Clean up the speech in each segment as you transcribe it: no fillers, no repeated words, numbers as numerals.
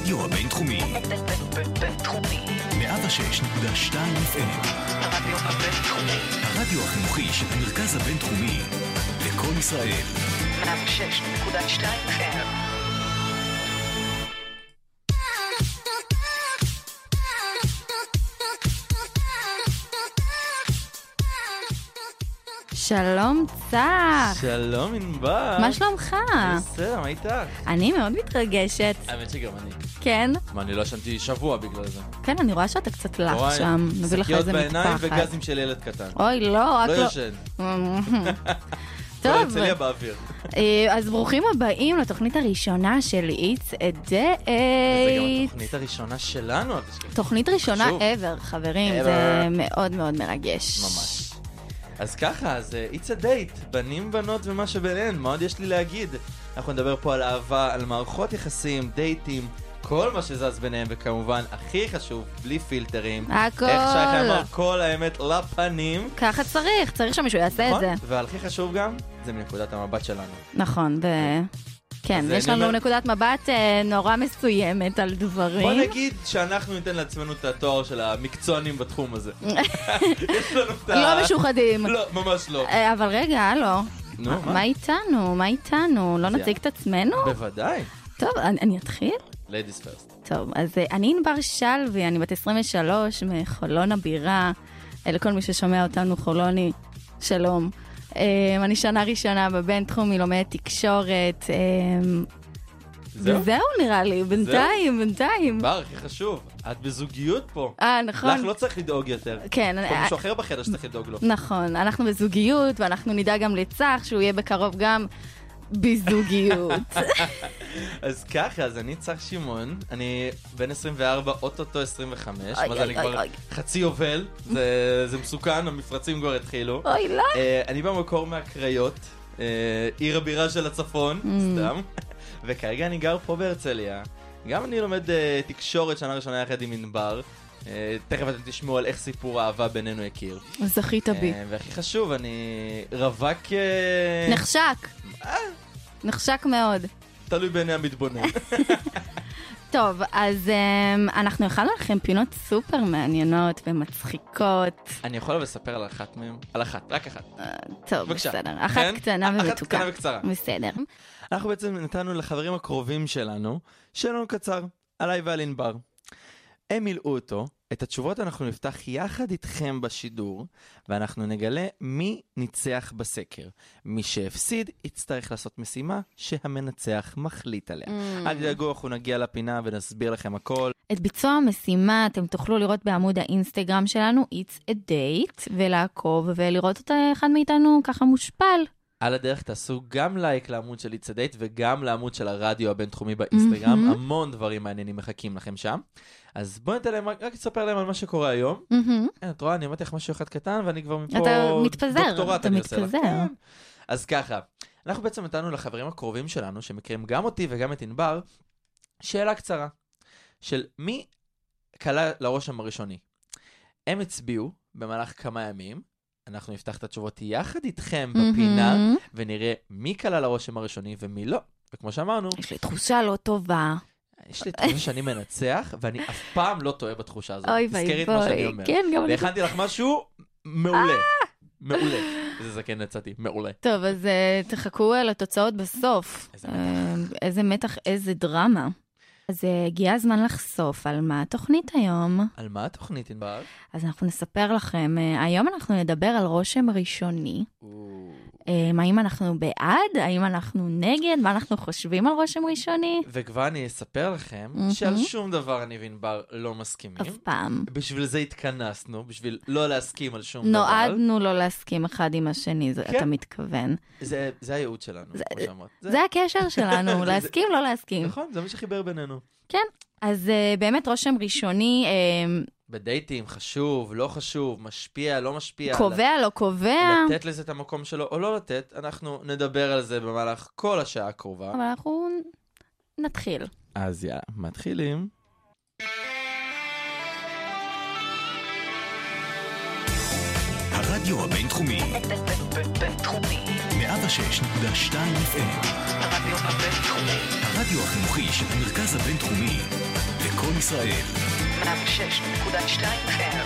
הרדיו הבינתחומי. בינתחומי. 106.2 FM. הרדיו הבינתחומי. הרדיו החינוכי של המרכז הבינתחומי. לכל ישראל. 106.2 FM. שלום צח. שלום ענבר. מה שלומך? בסדר, מה איתך? אני מאוד מתרגשת. האמת שגם אני. כן? מה, אני לא ישנתי שבוע בגלל זה. כן, אני רואה שאתה קצת לח שם. מביא לך איזה מטפחת. שקיות בעיניים וגזים של ילד קטן. אוי, לא, רק לא. לא ישן. טוב. כל הרצליה באוויר. אז ברוכים הבאים לתוכנית הראשונה של It's a Date. וזה גם התוכנית הראשונה שלנו. תוכנית ראשונה ever, חברים. זה מאוד מאוד מרגש. ממש. אז ככה, אז It's a Date, בנים, בנות ומה שביניהן, מה עוד יש לי להגיד? אנחנו נדבר פה על אהבה, על מערכות יחסים, דייטים, כל מה שזז ביניהם, וכמובן, הכי חשוב, בלי פילטרים. הכל. איך שייך אמר כל האמת לפנים. ככה צריך שמישהו יעשה את זה. ועל הכי חשוב גם, זה מנקודת המבט שלנו. נכון, כן, יש לנו נקודת מבט נורא מסוימת על דברים. בוא נגיד שאנחנו ניתן לעצמנו את התואר של המקצוענים בתחום הזה. יש לנו את לא משוחדים. לא, ממש לא. אבל רגע, הלו. מה איתנו? מה איתנו? לא נציג את עצמנו? בוודאי. טוב, אני אתחיל? Ladies first. טוב, אז אני ענבר שלוי, אני בת 23 מחולון הבירה. לכל מי ששומע אותנו חולוני, שלום. אני שנה ראשונה בבינתחומי, לומדת תקשורת. וזהו נראה לי, בינתיים. בר, הכי חשוב, את בזוגיות פה. נכון. לך לא צריך לדאוג יותר. כן. כל מישהו אחר בחדר שצריך לדאוג לו. נכון, אנחנו בזוגיות, ואנחנו נדע גם לצח, שהוא יהיה בקרוב גם בזוגיות. אז ככה, אז אני צח שמעון, אני בן 24, אוטוטו 25, מה זה אני כבר חצי יובל, זה מסוכן, המפרצים כבר התחילו. אוי, לא. אני במקור מהקריות, עיר הבירה של הצפון, סתם, וכרגע אני גר פה בהרצליה. גם אני לומד תקשורת שנה ראשונה יחד עם ענבר, תכף אתם תשמעו על איך סיפור האהבה בינינו הכיר. זכית בי. והכי חשוב, אני רווק... נחשק מאוד. תלוי בעיני המתבונן. טוב, אז אנחנו הכנו לכם פינות סופר מעניינות ומצחיקות. אני יכול לספר על אחת מהם? על אחת, רק אחת. טוב, בסדר. אחת קטנה ומתוקה. אחת קטנה וקצרה. בסדר. אנחנו בעצם נתנו לחברים הקרובים שלנו שאלון קצר, עליי ועל ענבר. הם מילאו אותו, את התשובות אנחנו נפתח יחד איתכם בשידור, ואנחנו נגלה מי ניצח בסקר. מי שהפסיד יצטרך לעשות משימה שהמנצח מחליט עליה. אל תדאגו, אנחנו נגיע לפינה ונסביר לכם הכל. את ביצוע המשימה אתם תוכלו לראות בעמוד האינסטגרם שלנו, It's a Date, ולעקוב ולראות את אחד מאיתנו ככה מושפל. על הדרך תעשו גם לייק לעמוד של It's a Date וגם לעמוד של הרדיו הבינתחומי באינסטגרם. המון דברים מעניינים מחכים לכם שם. אז בואו ניתן להם, רק אספר להם על מה שקורה היום. את רואה, אני אמרתי לך משהו אחד קטן ואני כבר מפה דוקטורט אני עושה לך. אז ככה, אנחנו בעצם נתנו לחברים הקרובים שלנו, שמכירים גם אותי וגם את ענבר, שאלה קצרה, של מי קלה לרושם הראשוני. הם הצביעו במהלך כמה ימים, אנחנו נפתח את התשובות יחד איתכם בפינה, ונראה מי קלה לרושם הראשוני ומי לא. וכמו שאמרנו... יש לי תחושה לא טובה. יש לי תחושה שאני מנצח, ואני אף פעם לא טועה בתחושה הזאת. אוי ביי ביי. כן, גם אני... והכנתי לך משהו מעולה. מעולה. איזה זקן יצאתי, מעולה. טוב, אז תחכו לתוצאות בסוף. איזה מתח, איזה דרמה. אז הגיע הזמן לחשוף על מה התוכנית היום. על מה התוכנית, ענבר? אז אנחנו נספר לכם. היום אנחנו נדבר על רושם ראשוני. האם אנחנו בעד? האם אנחנו נגד? מה אנחנו חושבים על רושם ראשוני? וכבר אני אספר לכם שעל שום דבר אני וענבר לא מסכימים. אף פעם. בשביל זה התכנסנו, בשביל לא להסכים על שום דבר. נועדנו לא להסכים אחד עם השני, אתה מתכוון. זה הייעוד שלנו, כמו שאמרת. זה הקשר שלנו, להסכים, לא להסכים. נכון, זה מה שחיבר בינינו. כן, אז באמת רושם ראשוני... בדייטים, חשוב, לא חשוב, משפיע, לא משפיע. קובע, לא קובע. לתת לזה את המקום שלו או לא לתת, אנחנו נדבר על זה במהלך כל השעה הקרובה. אבל אנחנו נתחיל. אז יאללה, מתחילים. הרדיו הבינתחומי. בינתחומי. 106.2 FM. הרדיו הבינתחומי. הרדיו החינוכי של המרכז הבינתחומי. וכל ישראל. 106.2 FM.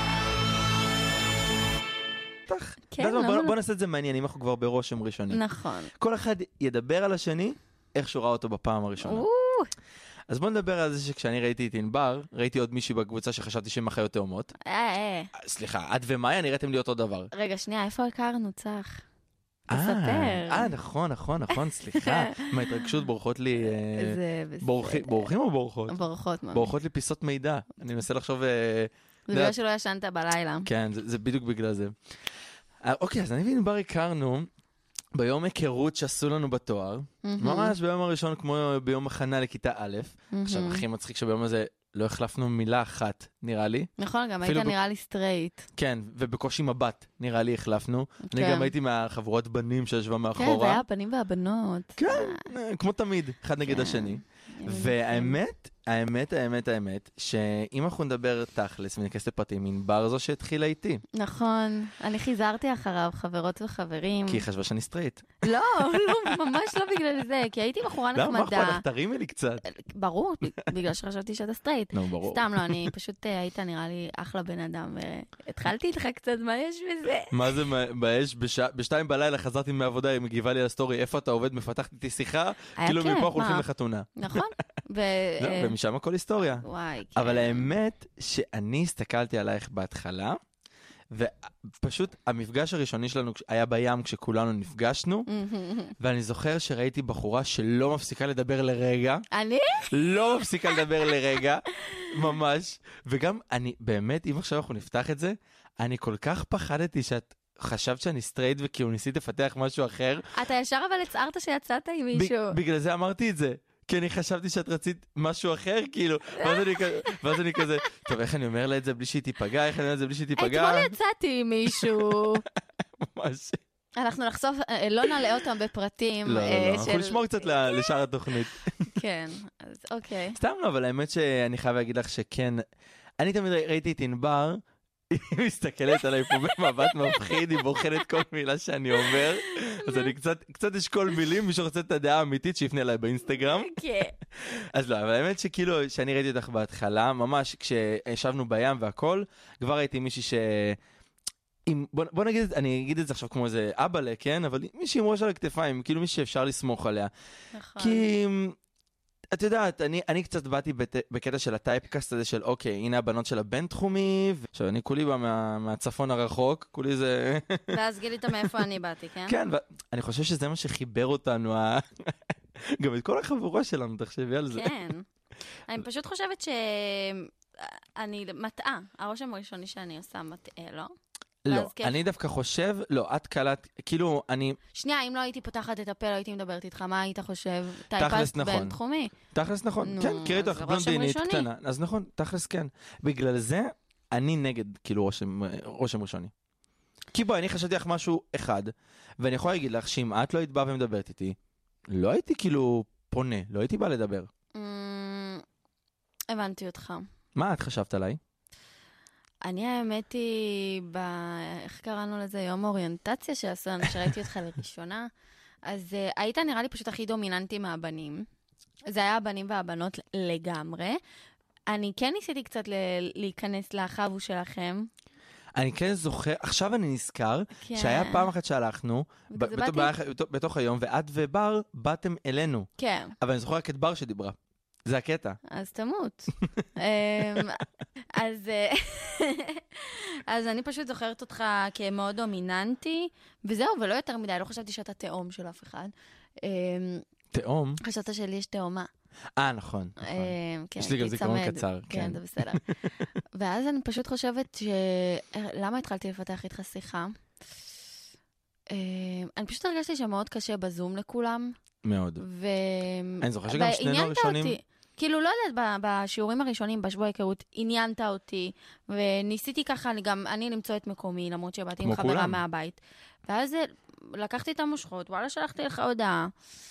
כן, בוא נעשה את זה מעניין, אם אנחנו כבר ברושם ראשוני. נכון. כל אחד ידבר על השני, איך שהוא ראה אותו בפעם הראשונה. אז בוא נדבר על זה שכשאני ראיתי את ענבר, ראיתי עוד מישהי בקבוצה שחשבתי שהן אחיות תאומות. סליחה, את ומאיה נראיתם לי אותו דבר. רגע, שנייה, איפה הכרנו, צח? תספר. נכון, סליחה. מההתרגשות בורחות לי... בורחים או בורחות? בורחות, ממש. בורחות לי פיסות מידע. אני מנסה לחשוב... זה בגלל שלא ישנת בלילה. כן, זה בדיוק בגלל זה. אוקיי, אז אני וענבר הכרנו ביום היכרות שעשו לנו בתואר, ממש ביום הראשון כמו ביום הכנה לכיתה א', עכשיו הכי מצחיק שביום הזה לא החלפנו מילה אחת, נראה לי. נכון, גם היית נראה לי סטרייט. כן, ובקושי מבט נראה לי החלפנו. אני גם הייתי מהחבורות בנים שישבה מאחורה. כן, והיה הבנים והבנות. כן, כמו תמיד, אחד נגד השני. והאמת, שאם אנחנו נדבר תכלס ונכנס לפרטים, ענבר זו שהתחילה איתי. נכון, אני חיזרתי אחריו, חברות וחברים. כי היא חשבה שאני סטרייט. לא, ממש לא בגלל זה, כי הייתי בחורה נחמדה. למה אכפת לך? תרימי לי קצת. ברור, בגלל שחשבתי שאתה סטרייט. נו, ברור. סתם לא, אני פשוט היית נראה לי אחלה בן אדם, והתחלתי איתך קצת, מה יש בזה? מה זה באש? בשתיים בלילה חזרתי מהעבודה, היא מגיבה לי לסטורי, איפה אתה עובד? מפתחת איתי שיחה, כאילו מפה אנחנו הולכים לחתונה. נכון. ומשם הכל היסטוריה. וואי, כן. אבל האמת שאני הסתכלתי עלייך בהתחלה, ופשוט המפגש הראשוני שלנו היה בים כשכולנו נפגשנו, ואני זוכר שראיתי בחורה שלא מפסיקה לדבר לרגע. אני? לא מפסיקה לדבר לרגע, ממש. וגם אני, באמת, אם עכשיו אנחנו נפתח את זה, אני כל כך פחדתי שאת חשבת שאני סטרייט וכאילו ניסית לפתח משהו אחר. אתה ישר אבל הצערת שיצאת עם מישהו. בגלל זה אמרתי את זה. כי אני חשבתי שאת רצית משהו אחר, כאילו, ואז אני כזה, טוב, איך אני אומר לה את זה בלי שהיא תיפגע, איך אני אומר את זה בלי שהיא תיפגע? אתמול יצאתי עם מישהו. ממש. אנחנו נחשוף, לא נעלה אותם בפרטים. לא, אנחנו נשמור קצת לשאר התוכנית. כן, אז אוקיי. סתם לא, אבל האמת שאני חייב להגיד לך שכן, אני תמיד ראיתי את ענבר, היא מסתכלת עליי פה במבט מפחיד, היא בוחנת כל מילה שאני אומר, אז אני קצת אשכול מילים, מי שרוצה את הדעה האמיתית שיפנה אליי באינסטגרם. כן. אז לא, אבל האמת שכאילו, שאני ראיתי אותך בהתחלה, ממש כשישבנו בים והכל, כבר ראיתי מישהי ש... בוא נגיד, אני אגיד את זה עכשיו כמו איזה אבאלה, כן? אבל מישהי עם ראש על הכתפיים, כאילו מישהי שאפשר לסמוך עליה. נכון. כי... את יודעת, אני קצת באתי בקטע של הטייפקאסט הזה של אוקיי, הנה הבנות של הבינתחומי, עכשיו אני כולי בא מהצפון הרחוק, כולי זה... ואז גילית מאיפה אני באתי, כן? כן, ואני חושב שזה מה שחיבר אותנו, גם את כל החבורה שלנו, תחשבי על זה. כן. אני פשוט חושבת שאני מטעה, הרושם הראשוני שאני עושה מטעה, לא? לא, אני דווקא חושב, לא, את קלט, כאילו, אני... שנייה, אם לא הייתי פותחת את הפה, לא הייתי מדברת איתך, מה היית חושב? תכלס נכון. בין תחומי. תכלס נכון, כן, קראי אותך בלונדינית קטנה. אז נכון, תכלס כן. בגלל זה, אני נגד, כאילו, רושם ראשוני. כי בואי, אני חשבתי לך משהו אחד, ואני יכול להגיד לך שאם את לא היית באה ומדברת איתי, לא הייתי כאילו פונה, לא הייתי בא לדבר. הבנתי אותך. מה את חשבת עליי? אני האמת היא, איך קראנו לזה? יום אוריינטציה שעשו לנו, שראיתי אותך לראשונה. אז היית נראה לי פשוט הכי דומיננטי מהבנים. זה היה הבנים והבנות לגמרי. אני כן ניסיתי קצת להיכנס לחבו שלכם. אני כן זוכר, עכשיו אני נזכר, שהיה פעם אחת שהלכנו, בתוך היום, ואת ובר באתם אלינו. כן. אבל אני זוכר רק את בר שדיברה. זה הקטע. אז תמות. אז אני פשוט זוכרת אותך כמאוד דומיננטי, וזהו, ולא יותר מדי, לא חשבתי שאתה תאום של אף אחד. תאום? חשבת שלי יש תאומה. נכון. יש לי גם זיכרון קצר. כן, זה בסדר. ואז אני פשוט חושבת למה התחלתי לפתח איתך שיחה? אני פשוט הרגשתי שמאוד קשה בזום לכולם. מאוד. אני זוכר שגם שנינו הראשונים... כאילו, לא יודעת, בשיעורים הראשונים, בשבוע היכרות, עניינת אותי, וניסיתי ככה, אני למצוא את מקומי, למרות שבאתי עם חברה מהבית. ואז לקחתי את המושכות, וואלה, שלחתי לך הודעה.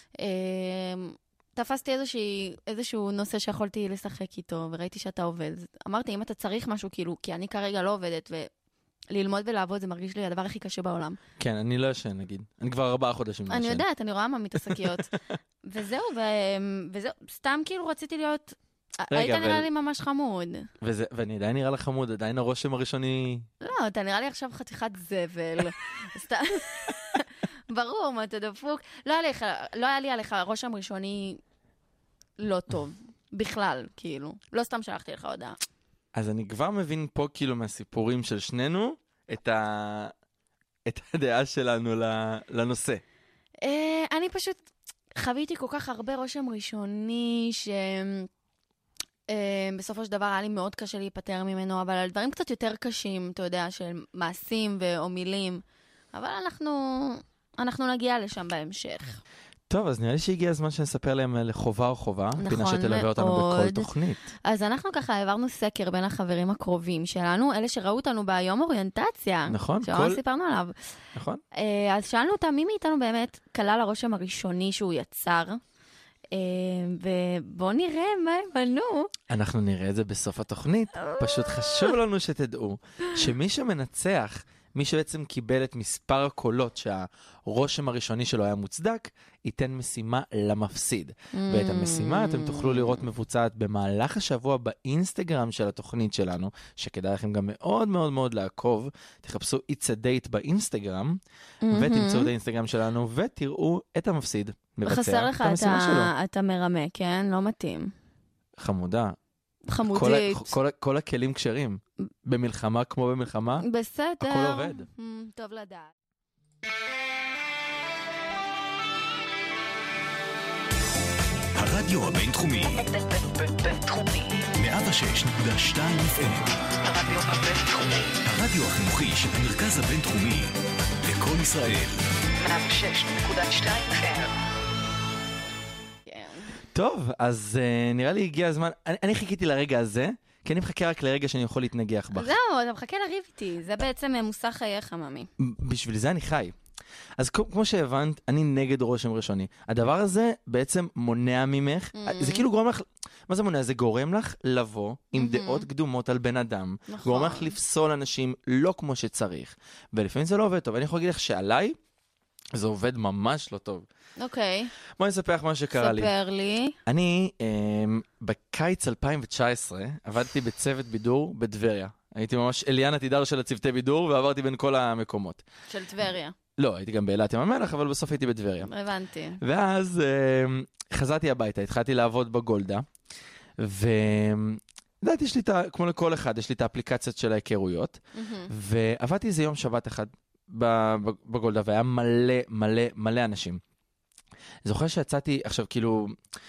תפסתי איזשהו נושא שיכולתי לשחק איתו, וראיתי שאתה עובד. אמרתי, אם אתה צריך משהו, כאילו, כי אני כרגע לא עובדת, ללמוד ולעבוד זה מרגיש לי הדבר הכי קשה בעולם. כן, אני לא ישן, נגיד. אני כבר 4 חודשים לא ישן. אני יודעת, אני רואה מה מתעסקיות. וזהו, סתם כאילו רציתי להיות היית נראה לי ממש חמוד. ואני עדיין נראה לך חמוד, עדיין הרושם הראשוני... לא, אתה נראה לי עכשיו חתיכת זבל. ברור, מה אתה דפוק. לא היה לי עליך רושם ראשוני לא טוב. בכלל, כאילו. לא סתם שלחתי לך הודעה. אז אני כבר מבין פה כאילו מהסיפורים של שנינו את הדעה שלנו לנושא. אני פשוט חוויתי כל כך הרבה רושם ראשוני בסופו של דבר היה לי מאוד קשה להיפטר ממנו, אבל על דברים קצת יותר קשים, אתה יודע, של מעשים או מילים. אבל אנחנו נגיע לשם בהמשך. טוב, אז נראה לי שהגיע הזמן שנספר להם לחובה או חובה, נכון, פינה שתלווה אותנו בכל תוכנית. אז אנחנו ככה העברנו סקר בין החברים הקרובים שלנו, אלה שראו אותנו ביום אוריינטציה. נכון. שממש סיפרנו עליו. נכון. אז שאלנו אותם, מי מאיתנו באמת כלל הרושם הראשוני שהוא יצר, ובואו נראה מה הם בנו. אנחנו נראה את זה בסוף התוכנית. פשוט חשוב לנו שתדעו שמי שמנצח, מי שבעצם קיבל את מספר הקולות שהרושם הראשוני שלו היה מוצדק, ייתן משימה למפסיד. ואת המשימה אתם תוכלו לראות מבוצעת במהלך השבוע באינסטגרם של התוכנית שלנו, שכדאי לכם גם מאוד מאוד מאוד לעקוב. תחפשו It's a Date באינסטגרם, ותמצאו את האינסטגרם שלנו, ותראו את המפסיד מבצע את המשימה שלו. חסר לך את המרמה, כן? לא מתאים. חמודה. חמודית. כל הכלים כשרים. במלחמה כמו במלחמה, בסדר. הכל עובד. טוב לדעת. הרדיו הבינתחומי. בינתחומי. 106.2 FM. הרדיו הבינתחומי. הרדיו החינוכי של המרכז הבינתחומי. לכל ישראל. 106.2 FM. טוב, אז נראה לי הגיע הזמן. אני חיכיתי לרגע הזה, כי אני מחכה רק לרגע שאני יכול להתנגח בך. זהו, אתה מחכה לריב איתי. זה בעצם מושא חייך, ממי. בשביל זה אני חי. אז כמו שהבנת, אני נגד רושם ראשוני. הדבר הזה בעצם מונע ממך, זה כאילו גורם לך, מה זה מונע? זה גורם לך לבוא עם דעות קדומות על בן אדם, גורם לך לפסול אנשים לא כמו שצריך, ולפעמים זה לא עובד טוב. אני יכול להגיד לך שעליי, זה עובד ממש לא טוב. אוקיי. בואי נספר לך מה שקרה לי. ספר לי. אני בקיץ 2019 עבדתי בצוות בידור בדבריה. הייתי ממש אליאן עתידר של הצוותי בידור, ועברתי בין כל המקומות. של טבריה. לא, הייתי גם באילת ים המלח, אבל בסוף הייתי בדבריה. הבנתי. ואז חזרתי הביתה, התחלתי לעבוד בגולדה, וידעת, יש לי כמו לכל אחד, יש לי את האפליקציות של ההיכרויות, ועבדתי איזה יום שבת אחד בגולדה, והיה מלא מלא מלא אנשים. זוכר שיצאתי, עכשיו כאילו,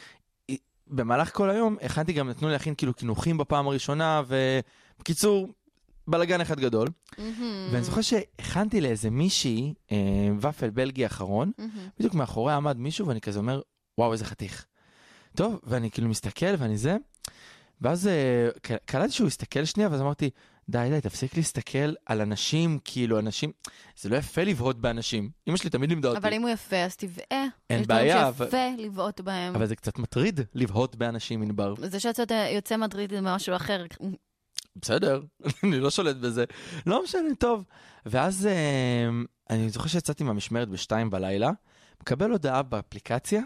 במהלך כל היום, הכנתי גם, נתנו להכין כאילו כינוחים בפעם הראשונה, ובקיצור, בלגן אחד גדול. ואני זוכר שהכנתי לאיזה מישהי, ופל בלגי אחרון, בדיוק מאחורי עמד מישהו, ואני כזה אומר, וואו, איזה חתיך. טוב, ואני כאילו מסתכל, ואני זה, ואז קלטתי שהוא הסתכל שנייה, ואז אמרתי, די, תפסיק להסתכל על אנשים, כאילו אנשים, זה לא יפה לבהות באנשים. אמא שלי תמיד לימדה אותי. אבל אם הוא יפה, אז תבעה. אין בעיה. יש דברים שיפה לבהות בהם. אבל זה קצת מטריד לבהות באנשים, מנבר. זה שאתה יוצא מטריד ממשהו אחר. בסדר, אני לא שולט בזה. לא משנה, טוב. ואז אני זוכר שיצאתי מהמשמרת ב-2 בלילה, מקבל הודעה באפליקציה,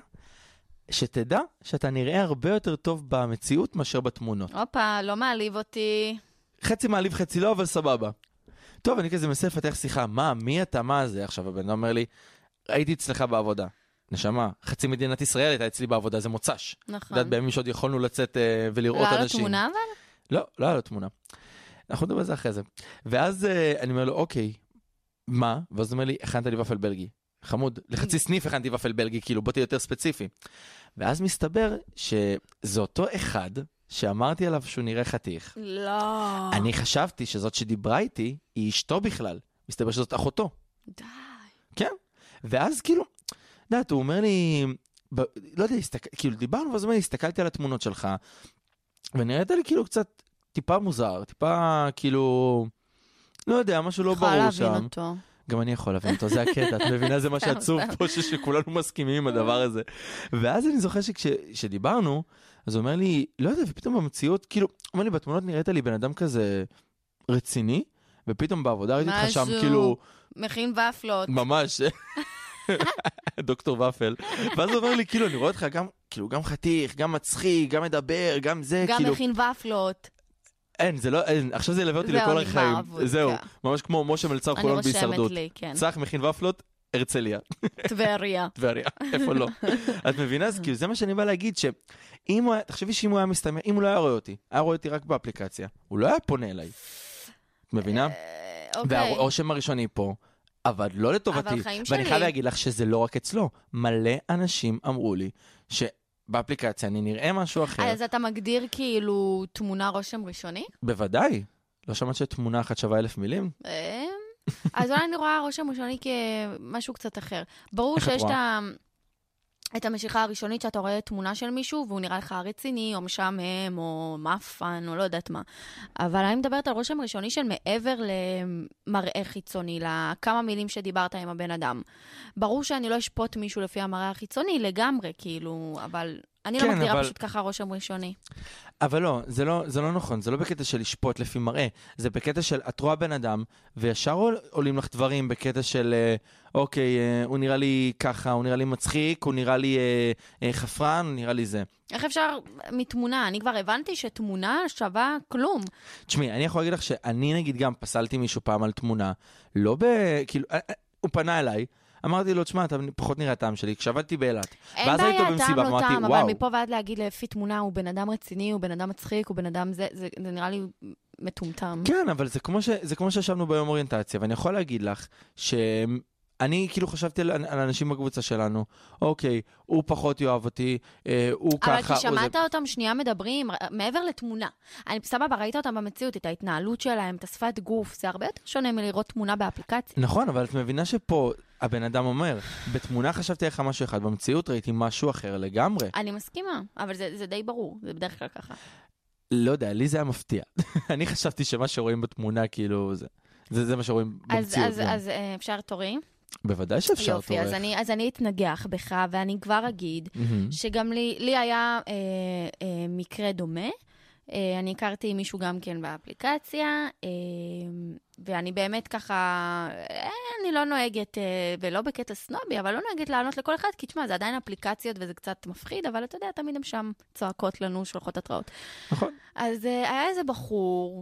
שתדע שאתה נראה הרבה יותר טוב במציאות מאשר בתמונות. הופה, לא מעליב אותי. חצי מעליב, חצי לא, אבל סבבה. טוב, אני כזה מנסה לפתח שיחה, מי אתה, מה זה? עכשיו הבן אדם אומר לי, הייתי אצלך בעבודה. נשמה, חצי מדינת ישראל הייתה אצלי בעבודה, זה מוצש. נכון. יודעת, בימים שעוד יכולנו לצאת ולראות אנשים. לא היה לו תמונה אבל? לא היה לו תמונה. אנחנו נדבר על זה אחרי זה. ואז אני אומר לו, אוקיי, מה? ואז הוא אומר לי, הכנת לי ופל בלגי. חמוד, לחצי סניף הכנתי ופל בלגי, כאילו בוא תהיה יותר ספציפי. ואז מסתבר שזה אותו אחד שאמרתי עליו שהוא נראה חתיך. לא. אני חשבתי שזאת שדיברה איתי, היא אשתו בכלל. מסתבר שזאת אחותו. די. כן. ואז כאילו, דעת, הוא אומר לי, לא יודע, כאילו דיברנו, ואז הוא אומר לי, הסתכלתי על התמונות שלך, ונראית לי כאילו קצת טיפה מוזר, טיפה כאילו, לא יודע, משהו לא ברור שם. יכול להבין אותו. גם אני יכול להבין אותו, זה הקטע, את מבינה, זה מה שעצוב פה, שכולנו מסכימים עם הדבר הזה. ואז אני זוכר שכשדיברנו, אז הוא אומר לי, לא יודע, ופתאום במציאות, כאילו, הוא אומר לי, בתמונות נראית לי בן אדם כזה רציני, ופתאום בעבודה ראיתי אותך שם, כאילו... מכין ופלות. ממש. דוקטור ופל. ואז הוא אומר לי, כאילו, אני רואה אותך גם כאילו גם חתיך, גם מצחיק, גם מדבר, גם זה, גם כאילו... מכין ופלות. אין, זה לא, אין, עכשיו זה ילווה אותי זהו, לכל נגמר החיים. אבוד, זהו, כן. ממש כמו משה מלצר חולון בהישרדות. אני רושמת לי, כן. צח מכין ופלות, הרצליה. טבריה. טבריה, איפה לא. את מבינה? אז כאילו זה מה שאני בא להגיד, שאם הוא היה, תחשבי שאם הוא היה מסתמך, אם הוא לא היה רואה אותי, היה רואה אותי רק באפליקציה, הוא לא היה פונה אליי. את מבינה? אוקיי. והרושם הראשוני פה, אבל לא לטובתי. אבל חיים ואני שלי. חייב להגיד לך שזה לא רק אצלו. מלא אנשים אמרו לי שבאפליקציה אני נראה משהו אחר. אז אתה מגדיר כאילו תמונה רושם ראשוני? בוודאי. לא שמעת שתמונה אחת שווה 1,000 מילים? אז אולי אני רואה רושם ראשוני כמשהו קצת אחר. ברור איך את שיש רואה? את המשיכה הראשונית שאתה רואה תמונה של מישהו, והוא נראה לך רציני, או משעמם, או מאפן, או לא יודעת מה. אבל אני מדברת על רושם ראשוני של מעבר למראה חיצוני, לכמה מילים שדיברת עם הבן אדם. ברור שאני לא אשפוט מישהו לפי המראה החיצוני לגמרי, כאילו, אבל אני כן, לא מגדירה אבל... פשוט ככה רושם ראשוני. אבל לא, זה לא נכון, זה לא בקטע של לשפוט לפי מראה, זה בקטע של את רואה בן אדם, וישר עולים לך דברים בקטע של, אוקיי, הוא נראה לי ככה, הוא נראה לי מצחיק, הוא נראה לי חפרן, הוא נראה לי זה. איך אפשר מתמונה? אני כבר הבנתי שתמונה שווה כלום. תשמעי, אני יכול להגיד לך שאני נגיד גם פסלתי מישהו פעם על תמונה, לא כאילו, הוא פנה אליי, אמרתי לו, תשמע, אתה פחות נראה טעם שלי, כשעבדתי באילת. אין בעיה, טעם לא טעם, אבל מפה ועד להגיד לפי תמונה, הוא בן אדם רציני, הוא בן אדם מצחיק, הוא בן אדם זה נראה לי מטומטם. כן, אבל זה כמו שישבנו ביום אוריינטציה, ואני יכול להגיד לך שאני כאילו חשבתי על אנשים בקבוצה שלנו, אוקיי, הוא פחות יאהב אותי, הוא ככה... אבל כי שמעת אותם שנייה מדברים, מעבר לתמונה. אני סבבה, ראית אותם במציאות, את ההתנהלות שלהם, את השפת גוף, זה הרבה יותר שונה מלראות תמונה באפליקציה. נכון, אבל את מבינה שפה הבן אדם אומר, בתמונה חשבתי לך משהו אחד, במציאות ראיתי משהו אחר לגמרי. אני מסכימה, אבל זה די ברור, זה בדרך כלל ככה. לא יודע, לי זה היה מפתיע. אני חשבתי שמה שרואים בתמונה, כאילו, זה מה שרואים במציאות. אז אפשר תורי? בוודאי שאפשר יופי, תורך. אז אני אתנגח בך, ואני כבר אגיד שגם לי היה מקרה דומה. אני הכרתי מישהו גם כן באפליקציה, ואני באמת ככה, אני לא נוהגת, ולא בקטע סנובי, אבל לא נוהגת לענות לכל אחד, כי תשמע, זה עדיין אפליקציות וזה קצת מפחיד, אבל אתה יודע, תמיד הם שם צועקות לנו, שולחות התראות. נכון. אז היה איזה בחור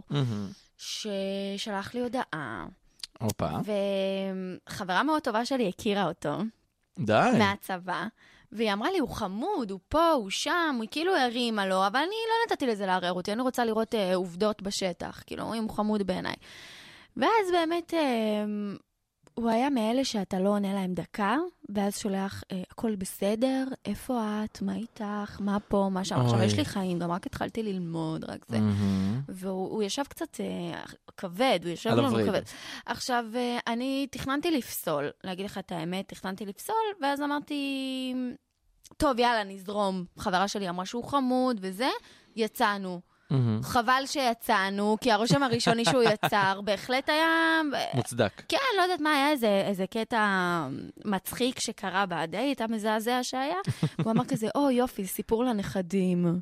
ששלח לי הודעה, אופה. וחברה מאוד טובה שלי הכירה אותו. די. מהצבא. והיא אמרה לי, הוא חמוד, הוא פה, הוא שם, הוא כאילו הרימה לו, אבל אני לא נתתי לזה לערער אותי, אני רוצה לראות עובדות בשטח, כאילו, אם הוא חמוד בעיניי. ואז באמת, הוא היה מאלה שאתה לא עונה להם דקה, ואז שולח, הכל בסדר, איפה את, מה איתך, מה פה, מה שם. עכשיו, יש לי חיים, גם רק התחלתי ללמוד, רק זה. והוא ישב קצת כבד, הוא ישב לנו כבד. עכשיו, אני תכננתי לפסול, להגיד לך את האמת, תכננתי לפסול, ואז אמרתי, טוב, יאללה, נזרום. חברה שלי אמרה שהוא חמוד וזה, יצאנו. חבל שיצאנו, כי הרושם הראשוני שהוא יצר בהחלט היה... מוצדק. כן, לא יודעת מה, היה איזה קטע מצחיק שקרה בדייט, המזעזע שהיה. הוא אמר כזה, יופי, סיפור לנכדים.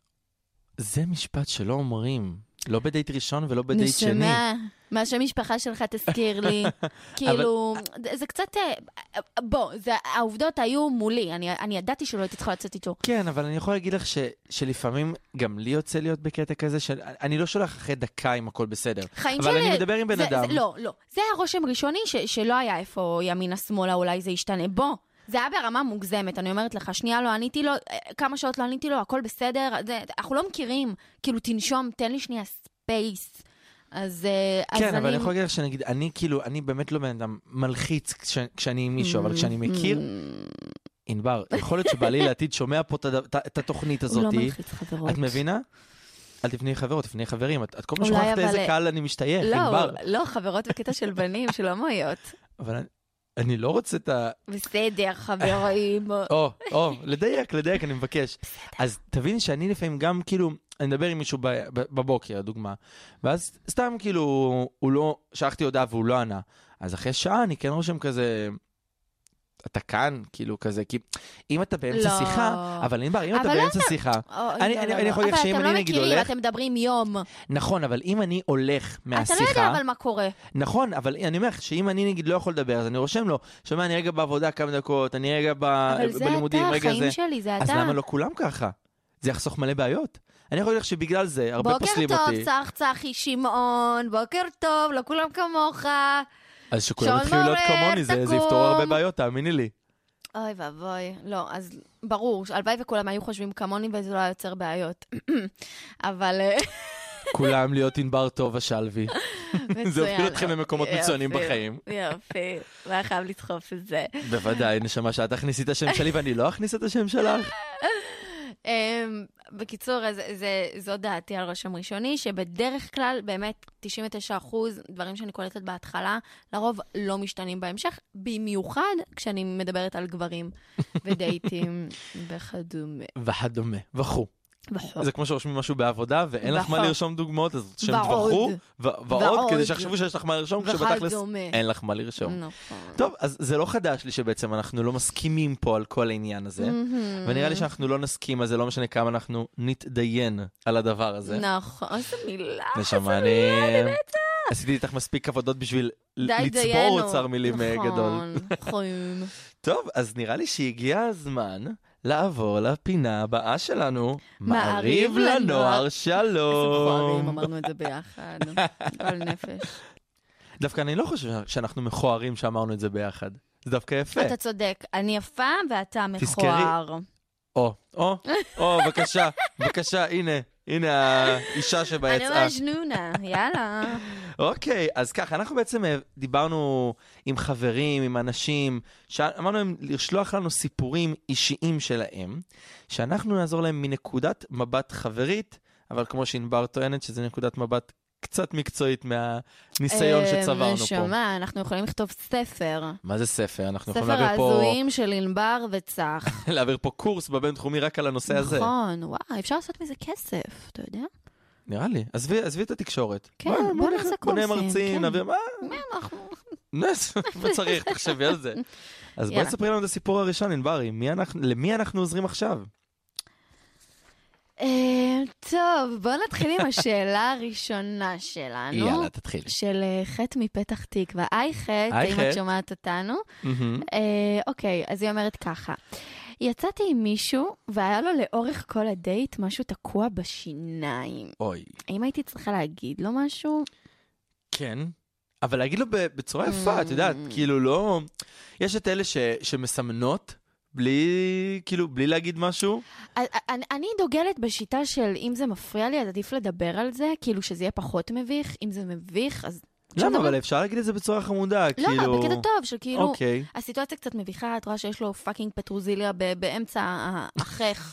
זה משפט שלא אומרים. לא בדייט ראשון ולא בדייט שני. נשמע, מה שמשפחה שלך תזכיר לי. כאילו, זה קצת... בוא, העובדות היו מולי. אני ידעתי שלא הייתי צריכה לצאת איתו. כן, אבל אני יכול להגיד לך שלפעמים גם לי יוצא להיות בקטע כזה, אני לא שולח אחרי דקה אם הכל בסדר. אבל אני מדבר עם בן אדם. לא. זה היה רושם ראשוני שלא היה איפה ימינה שמאלה, אולי זה ישתנה. בוא. זה היה ברמה מוגזמת, אני אומרת לך, שנייה לא עניתי לו, כמה שעות לא עניתי לו, הכל בסדר, אנחנו לא מכירים, כאילו תנשום, תן לי שנייה ספייס. אז כן, אבל אני יכול להגיד לך שנגיד, אני באמת לא בן אדם מלחיץ כשאני עם מישהו, אבל כשאני מכיר, ענבר, יכול להיות שבעלי לעתיד שומע פה את התוכנית הזאת. הוא לא מלחיץ חברות. את מבינה? אל תפני חברות, תפני חברים. את כל מה שוכחת לאיזה קהל אני משתייך, ענבר. לא, חברות בקטע של בנים, שלא מועיות. אבל אני לא רוצה את בסדר, חברים. לדייק, אני מבקש. אז תבין שאני לפעמים גם כאילו, אני מדבר עם מישהו בבוקר, דוגמה, ואז סתם כאילו, הוא לא, שלחתי הודעה והוא לא ענה. אז אחרי שעה אני כן רושם כזה, אתה כאן, כאילו כזה, כי אם אתה באמצע לא. שיחה, אבל אם אתה אבל באמצע שיחה, אני יכול להגיד שאם אני נגיד אבל הולך, אתם מדברים יום. נכון, אבל אם אני הולך מהשיחה, אתה לא יודע אבל מה קורה. נכון, אבל אני אומר שאם אני נגיד לא יכול לדבר, אז אני רושם לו, שומע, אני רגע בעבודה כמה דקות, אני רגע בלימודים, אבל זה אתה, רגע זה. החיים שלי, זה אתה. אז למה לא כולם ככה? זה יחסוך מלא בעיות. אני יכול להגיד לך שבגלל זה, הרבה פוסלים אותי. בוקר טוב, צחי שמעון, בוקר טוב, לא כולם כמוך. אז שכולם יתחילו להיות כמוני, זה יפתור הרבה בעיות, תאמיני לי. אוי ואבוי, לא, אז ברור, הלוואי וכולם היו חושבים כמוני וזה לא יוצר בעיות. אבל... כולם להיות ענבר טוב השלוי. זה הוביל אתכם למקומות מצוינים בחיים. יופי, והיה חייב לדחוף את זה. בוודאי, נשמה שאת תכניסי את השם שלי ואני לא אכניס את השם שלך. בקיצור, זו דעתי על רשם ראשוני, שבדרך כלל באמת 99% דברים שאני קולטת בהתחלה, לרוב לא משתנים בהמשך, במיוחד כשאני מדברת על גברים ודייטים וכדומה. וכדומה, וכו. זה כמו שרושמים משהו בעבודה, ואין לך מה לרשום דוגמאות, אז שם תבחרו, ועוד, כדי שיחשבו שיש לך מה לרשום, כשבתכלס אין לך מה לרשום. טוב, אז זה לא חדש לי שבעצם אנחנו לא מסכימים פה על כל העניין הזה, ונראה לי שאנחנו לא נסכים, אז זה לא משנה כמה אנחנו נתדיין על הדבר הזה. נכון, איזה מילה, נשמה, אני עשיתי איתך מספיק עבודות בשביל לצבור אוצר מילים גדול. נכון. טוב, אז נראה לי שהגיע הזמן לעבור לפינה הבאה שלנו, מעריב לנוער שלום. איזה מכוערים, אמרנו את זה ביחד. כל נפש. דווקא אני לא חושב שאנחנו מכוערים שאמרנו את זה ביחד. זה דווקא יפה. אתה צודק, אני יפה ואתה מכוער. בבקשה, בבקשה, הנה האישה שביצאה. אני ממש נונה, יאללה. אוקיי, אז ככה, אנחנו בעצם דיברנו עם חברים, עם אנשים, אמרנו להם לשלוח לנו סיפורים אישיים שלהם, שאנחנו נעזור להם מנקודת מבט חברית, אבל כמו שענבר טוענת שזה נקודת מבט קצת מקצועית מהניסיון שצברנו פה. נשמה, אנחנו יכולים לכתוב ספר. מה זה ספר? אנחנו יכולים להעביר פה... ספר ההזויים של ענבר וצח. להעביר פה קורס בבינתחומי רק על הנושא הזה. נכון, וואי, אפשר לעשות מזה כסף, אתה יודע? נראה לי. עזבי את התקשורת. כן, בוא נעשה קורסים. בונה מרצים, נעביר מה? מי אנחנו? מה צריך? תחשבי על זה. אז בואי תספרי לנו את הסיפור הראשון, ענברי. למי אנחנו עוזרים עכשיו? טוב, בוא נתחיל עם השאלה הראשונה שלנו. יאללה, תתחיל. של חט מפתח תקווה. היי חט, אם את שומעת אותנו. אוקיי, אז היא אומרת ככה. יצאתי עם מישהו, והיה לו לאורך כל הדייט משהו תקוע בשיניים. אוי. האם הייתי צריכה להגיד לו משהו? כן. אבל להגיד לו בצורה יפה, את יודעת, כאילו לא... יש את אלה שמסמנות, בלי להגיד משהו. אני דוגלת בשיטה של אם זה מפריע לי, אז עדיף לדבר על זה, כאילו שזה יהיה פחות מביך. אם זה מביך, אז... למה? אבל אפשר להגיד את זה בצורה חמודה, כאילו... לא, בקטע טוב, של כאילו... הסיטואציה קצת מביכה, את רואה שיש לו פאקינג פטרוזיליה באמצע החך.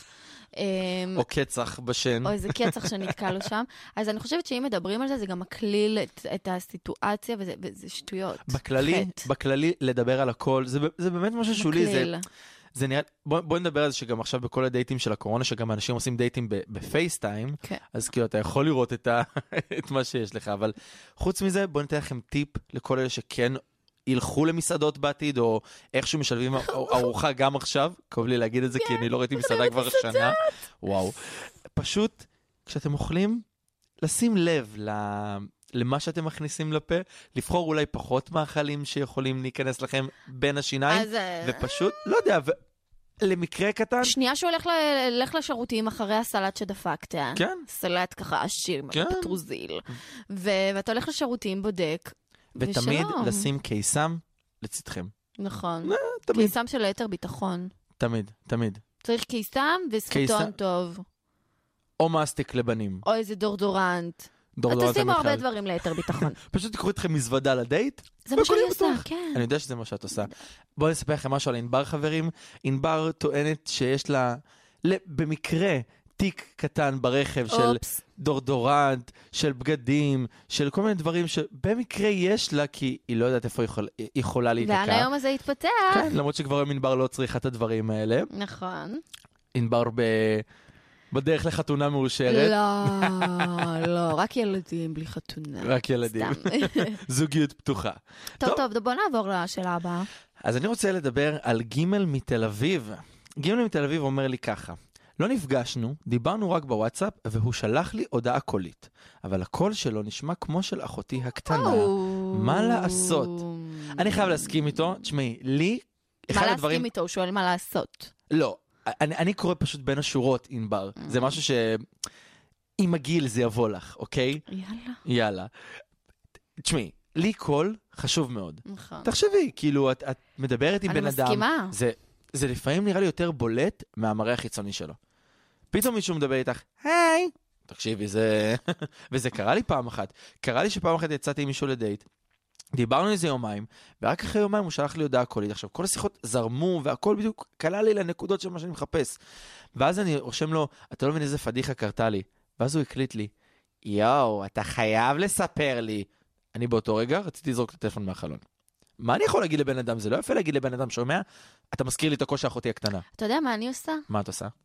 או קצח בשן. או איזה קצח שנתקע לו שם. אז אני חושבת שאם מדברים על זה, זה גם מקליל את הסיטואציה, וזה שטויות. בכללי, לדבר על הכל, זה באמת משהו שולי. מקליל. זה נראה, בוא נדבר על זה שגם עכשיו בכל הדייטים של הקורונה, שגם אנשים עושים דייטים בפייסטיים, אז כאילו אתה יכול לראות את מה שיש לך, אבל חוץ מזה, בוא ניתן לכם טיפ לכל אלה שכן ילכו למסעדות בעתיד, או איכשהו משלבים ארוחה גם עכשיו, כאוב לי להגיד את זה, כי אני לא ראיתי מסעדה כבר שנה. וואו. פשוט, כשאתם אוכלים, לשים לב למה שאתם מכניסים לפה, לבחור אולי פחות מאכלים שיכולים להיכנס לכם בין השיניים, ופשוט, לא יודע, למקרה קטן. שנייה שהוא הולך לשירותים אחרי הסלט שדפקת. כן. סלט ככה עשיר, פטרוזיל. ואתה הולך לשירותים, בודק, ותמיד לשים קיסם לצדכם. נכון. קיסם של היתר ביטחון. תמיד, תמיד. צריך קיסם וספוטון טוב. או מסטיק לבנים. או איזה דורדורנט. תשימו הרבה דברים ליתר ביטחון. פשוט תקחו אתכם מזוודה לדייט. זה מה שאני עושה, כן. אני יודע שזה מה שאת עושה. בואו נספר לכם משהו על ענבר, חברים. ענבר טוענת שיש לה, במקרה, תיק קטן ברכב של דורדורנט, של בגדים, של כל מיני דברים שבמקרה יש לה, כי היא לא יודעת איפה היא יכולה להיתקע. ועל היום הזה התפתח. כן, למרות שכבר היום ענבר לא צריכה את הדברים האלה. נכון. ענבר בדרך לחתונה מאושרת. לא, רק ילדים בלי חתונה. רק ילדים. זוגיות פתוחה. טוב, בוא נעבור לשאלה הבאה. אז אני רוצה לדבר על ג' מתל אביב. ג' מתל אביב אומר לי ככה, לא נפגשנו, דיברנו רק בוואטסאפ, והוא שלח לי הודעה קולית. אבל הקול שלו נשמע כמו של אחותי הקטנה. מה לעשות? אני חייב להסכים איתו. תשמעי, לי... מה להסכים איתו? הוא שואל מה לעשות. לא, אני קורא פשוט בין השורות, אינבר. זה משהו ש... עם הגיל זה יבוא לך, אוקיי? יאללה. תשמעי, לי קול חשוב מאוד. נכון. תחשבי, כאילו, את מדברת עם בן אדם. אני מסכימה. זה לפעמים נראה לי יותר בולט מהמראה החיצוני שלו. פתאום מישהו מדבר איתך, היי! תקשיבי, זה... וזה קרה לי פעם אחת. קרה לי שפעם אחת יצאתי עם מישהו לדייט, דיברנו איזה יומיים, ורק אחרי יומיים הוא שלח לי הודעה קולית. עכשיו, כל השיחות זרמו, והכל בדיוק קלה לי לנקודות של מה שאני מחפש. ואז אני רושם לו, אתה לא מבין איזה פדיחה קרתה לי. ואז הוא הקליט לי, יואו, אתה חייב לספר לי. אני באותו רגע רציתי לזרוק את הטלפון מהחלון. מה אני יכול להגיד לבן אדם? זה לא יפה להגיד לבן אדם, שומע? אתה מזכיר לי את הקושי האחותי הקטנה. אתה יודע מה אני עושה? מה את עושה?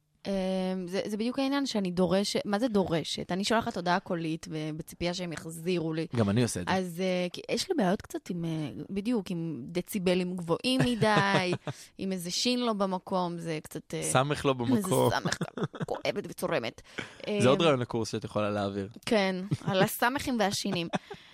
זה בדיוק העניין שאני דורשת, מה זה דורשת? אני שולחת הודעה קולית ובציפייה שהם יחזירו לי. גם אני עושה את זה. אז יש לי בעיות קצת עם, בדיוק, עם דציבלים גבוהים מדי, עם איזה שין לא במקום, זה קצת... סמך לא במקום. איזה סמך כואבת וצורמת. זה עוד רעיון לקורס שאת יכולה להעביר. כן, על הסמכים והשינים.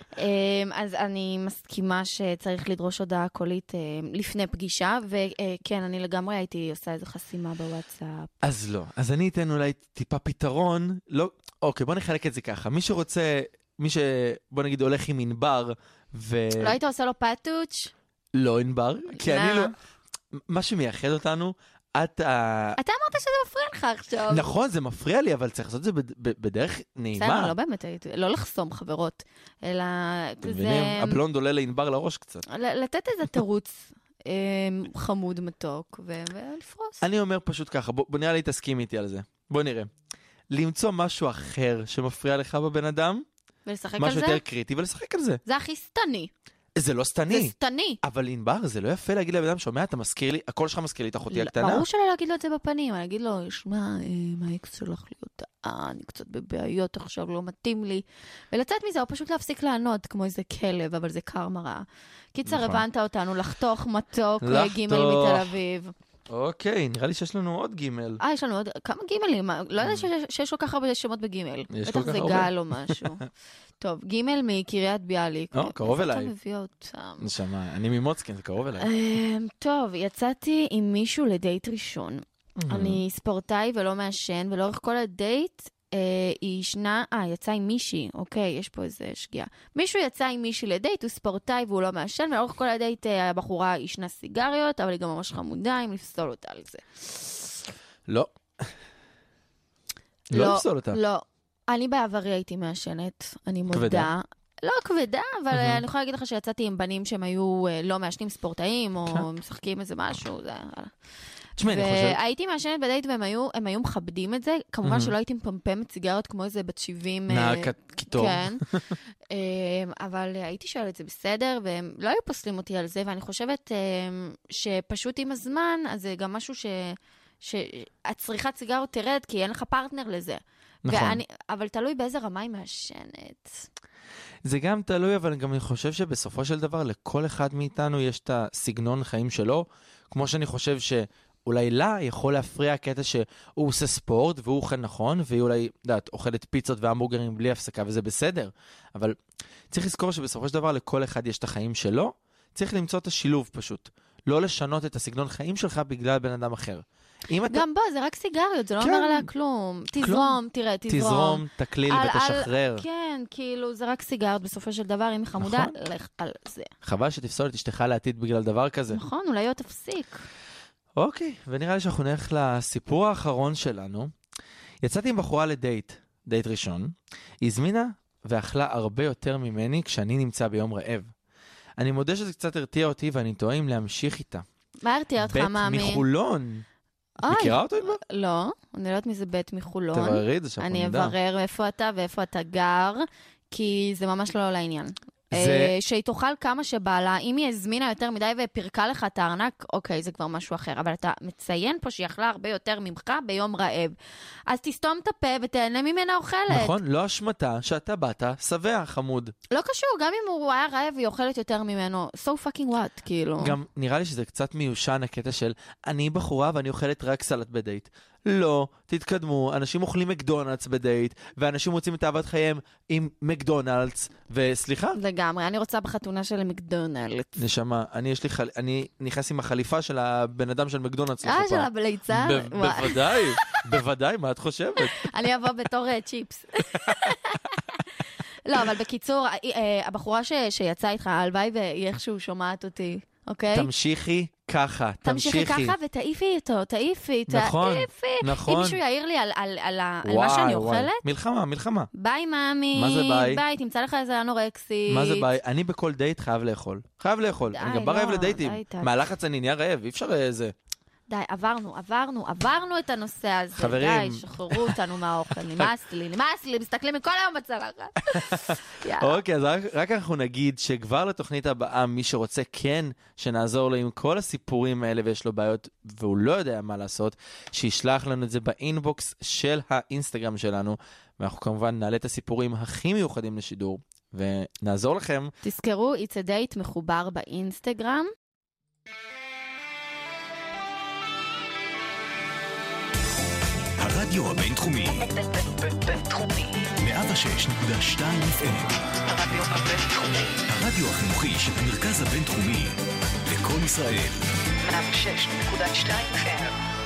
אז אני מסכימה שצריך לדרוש הודעה קולית לפני פגישה, וכן, אני לגמרי הייתי עושה איזו חסימה בוואטסאפ. אז לא. אז אני אתן אולי טיפה פתרון. לא, אוקיי, בוא נחלק את זה ככה. מי שרוצה, בוא נגיד הולך עם אינבר, לא היית עושה לו פאטוץ'? לא אינבר, כי אני לא... מה שמייחד אותנו, אתה אמרת שזה מפריע לך עכשיו. נכון, זה מפריע לי, אבל צריך לעשות את זה בדרך נעימה. בסדר, לא באמת, לא לחסום חברות, אלא... הבלונד עולה לאינבר לראש קצת. לתת איזה תירוץ חמוד מתוק, ולפרוס. אני אומר פשוט ככה, בוא נראה לי תסכים איתי על זה. בוא נראה. למצוא משהו אחר שמפריע לך בבן אדם, ולשחק על זה? משהו יותר קריטי, ולשחק על זה. זה הכי סתני. זה לא סתני. זה סתני. אבל אינבר, זה לא יפה להגיד לבן אדם, שומע, אתה מזכיר לי, הקול שלך מזכיר לי את אחותי הקטנה. ברור שלא להגיד לו את זה בפנים, אני אגיד לו, שמע, מה האקס שלך להיות? אני קצת בבעיות עכשיו, לא מתאים לי. ולצאת מזה, או פשוט להפסיק לענות, כמו איזה כלב, אבל זה קרמה רעה. קיצר, הבנת אותנו, לחתוך מתוק, ג' מתל אביב. אוקיי, נראה לי שיש לנו עוד ג'. יש לנו עוד כמה ג' לא יודע שיש לו ככה הרבה שמות בג'. בטח זה גל או משהו. טוב, ג' מקריית ביאליק. קרוב אליי. אתה מביא אותם. נשמע, אני ממוצקין, זה קרוב אליי. טוב, יצאתי עם מישהו לדייט ראשון. אני ספורטאי ולא מעשן, ולאורך כל הדייט יצא עם מישהי, אוקיי, יש פה איזה שגיאה. מישהו יצא עם מישהי לדייט, הוא ספורטאי והוא לא מעשן, ולאורך כל הדייט הבחורה ישנה סיגריות, אבל היא גם ממש חמודה, אם לפסול אותה על זה. לא. לא לפסול אותה. לא. אני בעברי הייתי מעשנת, אני מודה. לא כבדה, אבל אני יכולה להגיד לך שיצאתי עם בנים שהם היו לא מעשנים ספורטאים, או משחקים איזה משהו, זה... והייתי מעשנת בדייט והם היו מכבדים את זה, כמובן שלא הייתי מפמפמת סיגריות כמו איזה בת 70. קיטור. כן. אבל הייתי שואלת, זה בסדר, והם לא היו פוסלים אותי על זה, ואני חושבת שפשוט עם הזמן, אז זה גם משהו שהצריכת סיגריות תרד, כי אין לך פרטנר לזה. נכון. אבל תלוי באיזה רמה היא מעשנת. זה גם תלוי, אבל גם אני חושב שבסופו של דבר, לכל אחד מאיתנו יש את הסגנון חיים שלו, כמו שאני חושב שאולי לה יכול להפריע הקטע שהוא עושה ספורט, והוא אוכל נכון, והיא אולי, אוכלת פיצות והמבורגרים בלי הפסקה, וזה בסדר. אבל צריך לזכור שבסופו של דבר, לכל אחד יש את החיים שלו, צריך למצוא את השילוב פשוט. לא לשנות את הסגנון חיים שלך בגלל בן אדם אחר. גם בו, זה רק סיגריות, זה לא אומר עליה כלום. תזרום, תראה, תזרום. תזרום, תקליל ותשחרר. כן, כאילו, זה רק סיגריות בסופו של דבר, אם היא חמודה, לך על זה. חבל שתפסול את אשתך לעתיד בגלל דבר כזה. נכון, אולי לא תפסיק. אוקיי, ונראה לי שאנחנו נלך לסיפור האחרון שלנו. יצאתי עם בחורה לדייט, דייט ראשון. היא הזמינה ואכלה הרבה יותר ממני כשאני נמצא ביום רעב. אני מודה שזה קצת הרתיע אותי ואני טועה אם להמשיך איתה. מה הרתיע אותך, מאמי? בית מחולון. מכירה אותו איתו? לא, אני לא יודעת מי זה בית מחולון. תבררי את זה שאנחנו נדע. אני אברר איפה אתה ואיפה אתה גר, כי זה ממש לא לעניין. שהיא תאכל כמה שבא לה, אם היא הזמינה יותר מדי ופרקה לך את הארנק, אוקיי, זה כבר משהו אחר, אבל אתה מציין פה שהיא אכלה הרבה יותר ממך ביום רעב. אז תסתום את הפה ותהנה ממנה אוכלת. נכון, לא אשמתה שאתה באת שבע, חמוד. לא קשור, גם אם הוא היה רעב והיא אוכלת יותר ממנו, so fucking what, כאילו. גם נראה לי שזה קצת מיושן הקטע של אני בחורה ואני אוכלת רק סלט בדייט. לא, תתקדמו, אנשים אוכלים מקדונלדס בדייט, ואנשים מוצאים את אהבת חייהם עם מקדונלדס, וסליחה? לגמרי, אני רוצה בחתונה של מקדונלדס. נשמה, אני נכנס עם החליפה של הבן אדם של מקדונלדס לחופה. של הבליצה? בוודאי, בוודאי, מה את חושבת? אני אבוא בתור צ'יפס. לא, אבל בקיצור, הבחורה שיצאה איתך, הלוואי והיא איכשהו שומעת אותי, אוקיי? תמשיכי ככה, תמשיכי. תמשיכי ככה ותעיפי איתו, תעיפי. נכון. אם מישהו יעיר לי על מה שאני אוכלת. מלחמה. ביי מאמי. מה זה ביי? ביי, תמצא לך איזה אנורקסית. מה זה ביי? אני בכל דייט חייב לאכול. אני גם בא רעב לדייטים. מהלחץ אני נהיה רעב, אי אפשר איזה. די, עברנו את הנושא הזה. חברים. די, שחררו אותנו מהאוכל. נמאס לי, מסתכלים מכל היום בצלחת. אוקיי, אז רק אנחנו נגיד שכבר לתוכנית הבאה, מי שרוצה כן שנעזור לו עם כל הסיפורים האלה ויש לו בעיות והוא לא יודע מה לעשות, שישלח לנו את זה באינבוקס של האינסטגרם שלנו, ואנחנו כמובן נעלה את הסיפורים הכי מיוחדים לשידור, ונעזור לכם. תזכרו, It's a Date מחובר באינסטגרם. הרדיו הבינתחומי. בינתחומי. 106.2 FM. הרדיו הבינתחומי. הרדיו החינוכי של המרכז הבינתחומי. לכל ישראל. 106.2 FM.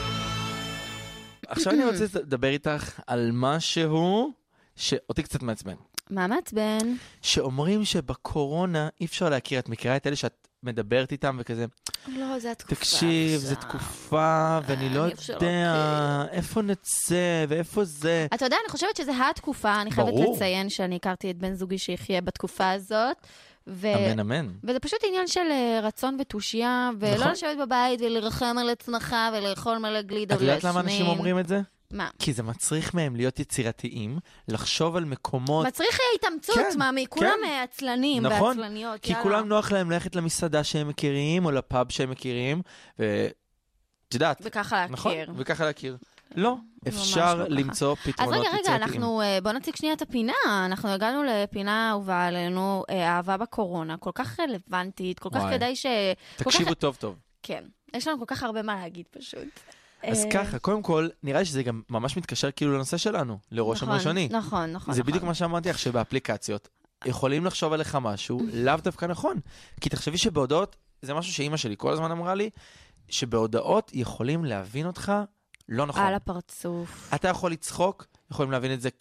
עכשיו אני רוצה לדבר איתך על משהו שאותי קצת מעצבן. מה מעצבן? שאומרים שבקורונה אי אפשר להכיר, את מכירה את אלה שאת מדברת איתם וכזה. לא, זה התקופה. תקשיב, זו תקופה, ואני לא יודע איפה נצא ואיפה זה. אתה יודע, אני חושבת שזה התקופה, אני חייבת לציין שאני הכרתי את בן זוגי שיחיה בתקופה הזאת. אמן. וזה פשוט עניין של רצון ותושייה, ולא לשבת בבית ולרחם על עצמך ולאכול מלא גלידה ולהשמין. את יודעת למה אנשים אומרים את זה? מה? כי זה מצריך מהם להיות יצירתיים, לחשוב על מקומות... מצריך התאמצות, מאמי, כולם עצלנים ועצלניות. כי כולם נוח להם ללכת למסעדה שהם מכירים, או לפאב שהם מכירים, ואת יודעת. וככה להכיר. נכון, וככה להכיר. לא, אפשר למצוא פתרונות יצירתיים. אז רגע, בוא נציג שנייה את הפינה. אנחנו הגענו לפינה אהובה עלינו, אהבה בקורונה, כל כך רלוונטית, כל כך כדאי ש... תקשיבו טוב. כן, יש לנו כל כך הרבה מה להגיד פשוט. אז ככה, קודם כל, נראה לי שזה גם ממש מתקשר כאילו לנושא שלנו, לראש הראשוני. נכון. זה בדיוק מה שאמרתי לך, שבאפליקציות יכולים לחשוב עליך משהו, לאו דווקא נכון. כי תחשבי שבהודעות, זה משהו שאימא שלי כל הזמן אמרה לי, שבהודעות יכולים להבין אותך לא נכון. על הפרצוף. אתה יכול לצחוק, יכולים להבין את זה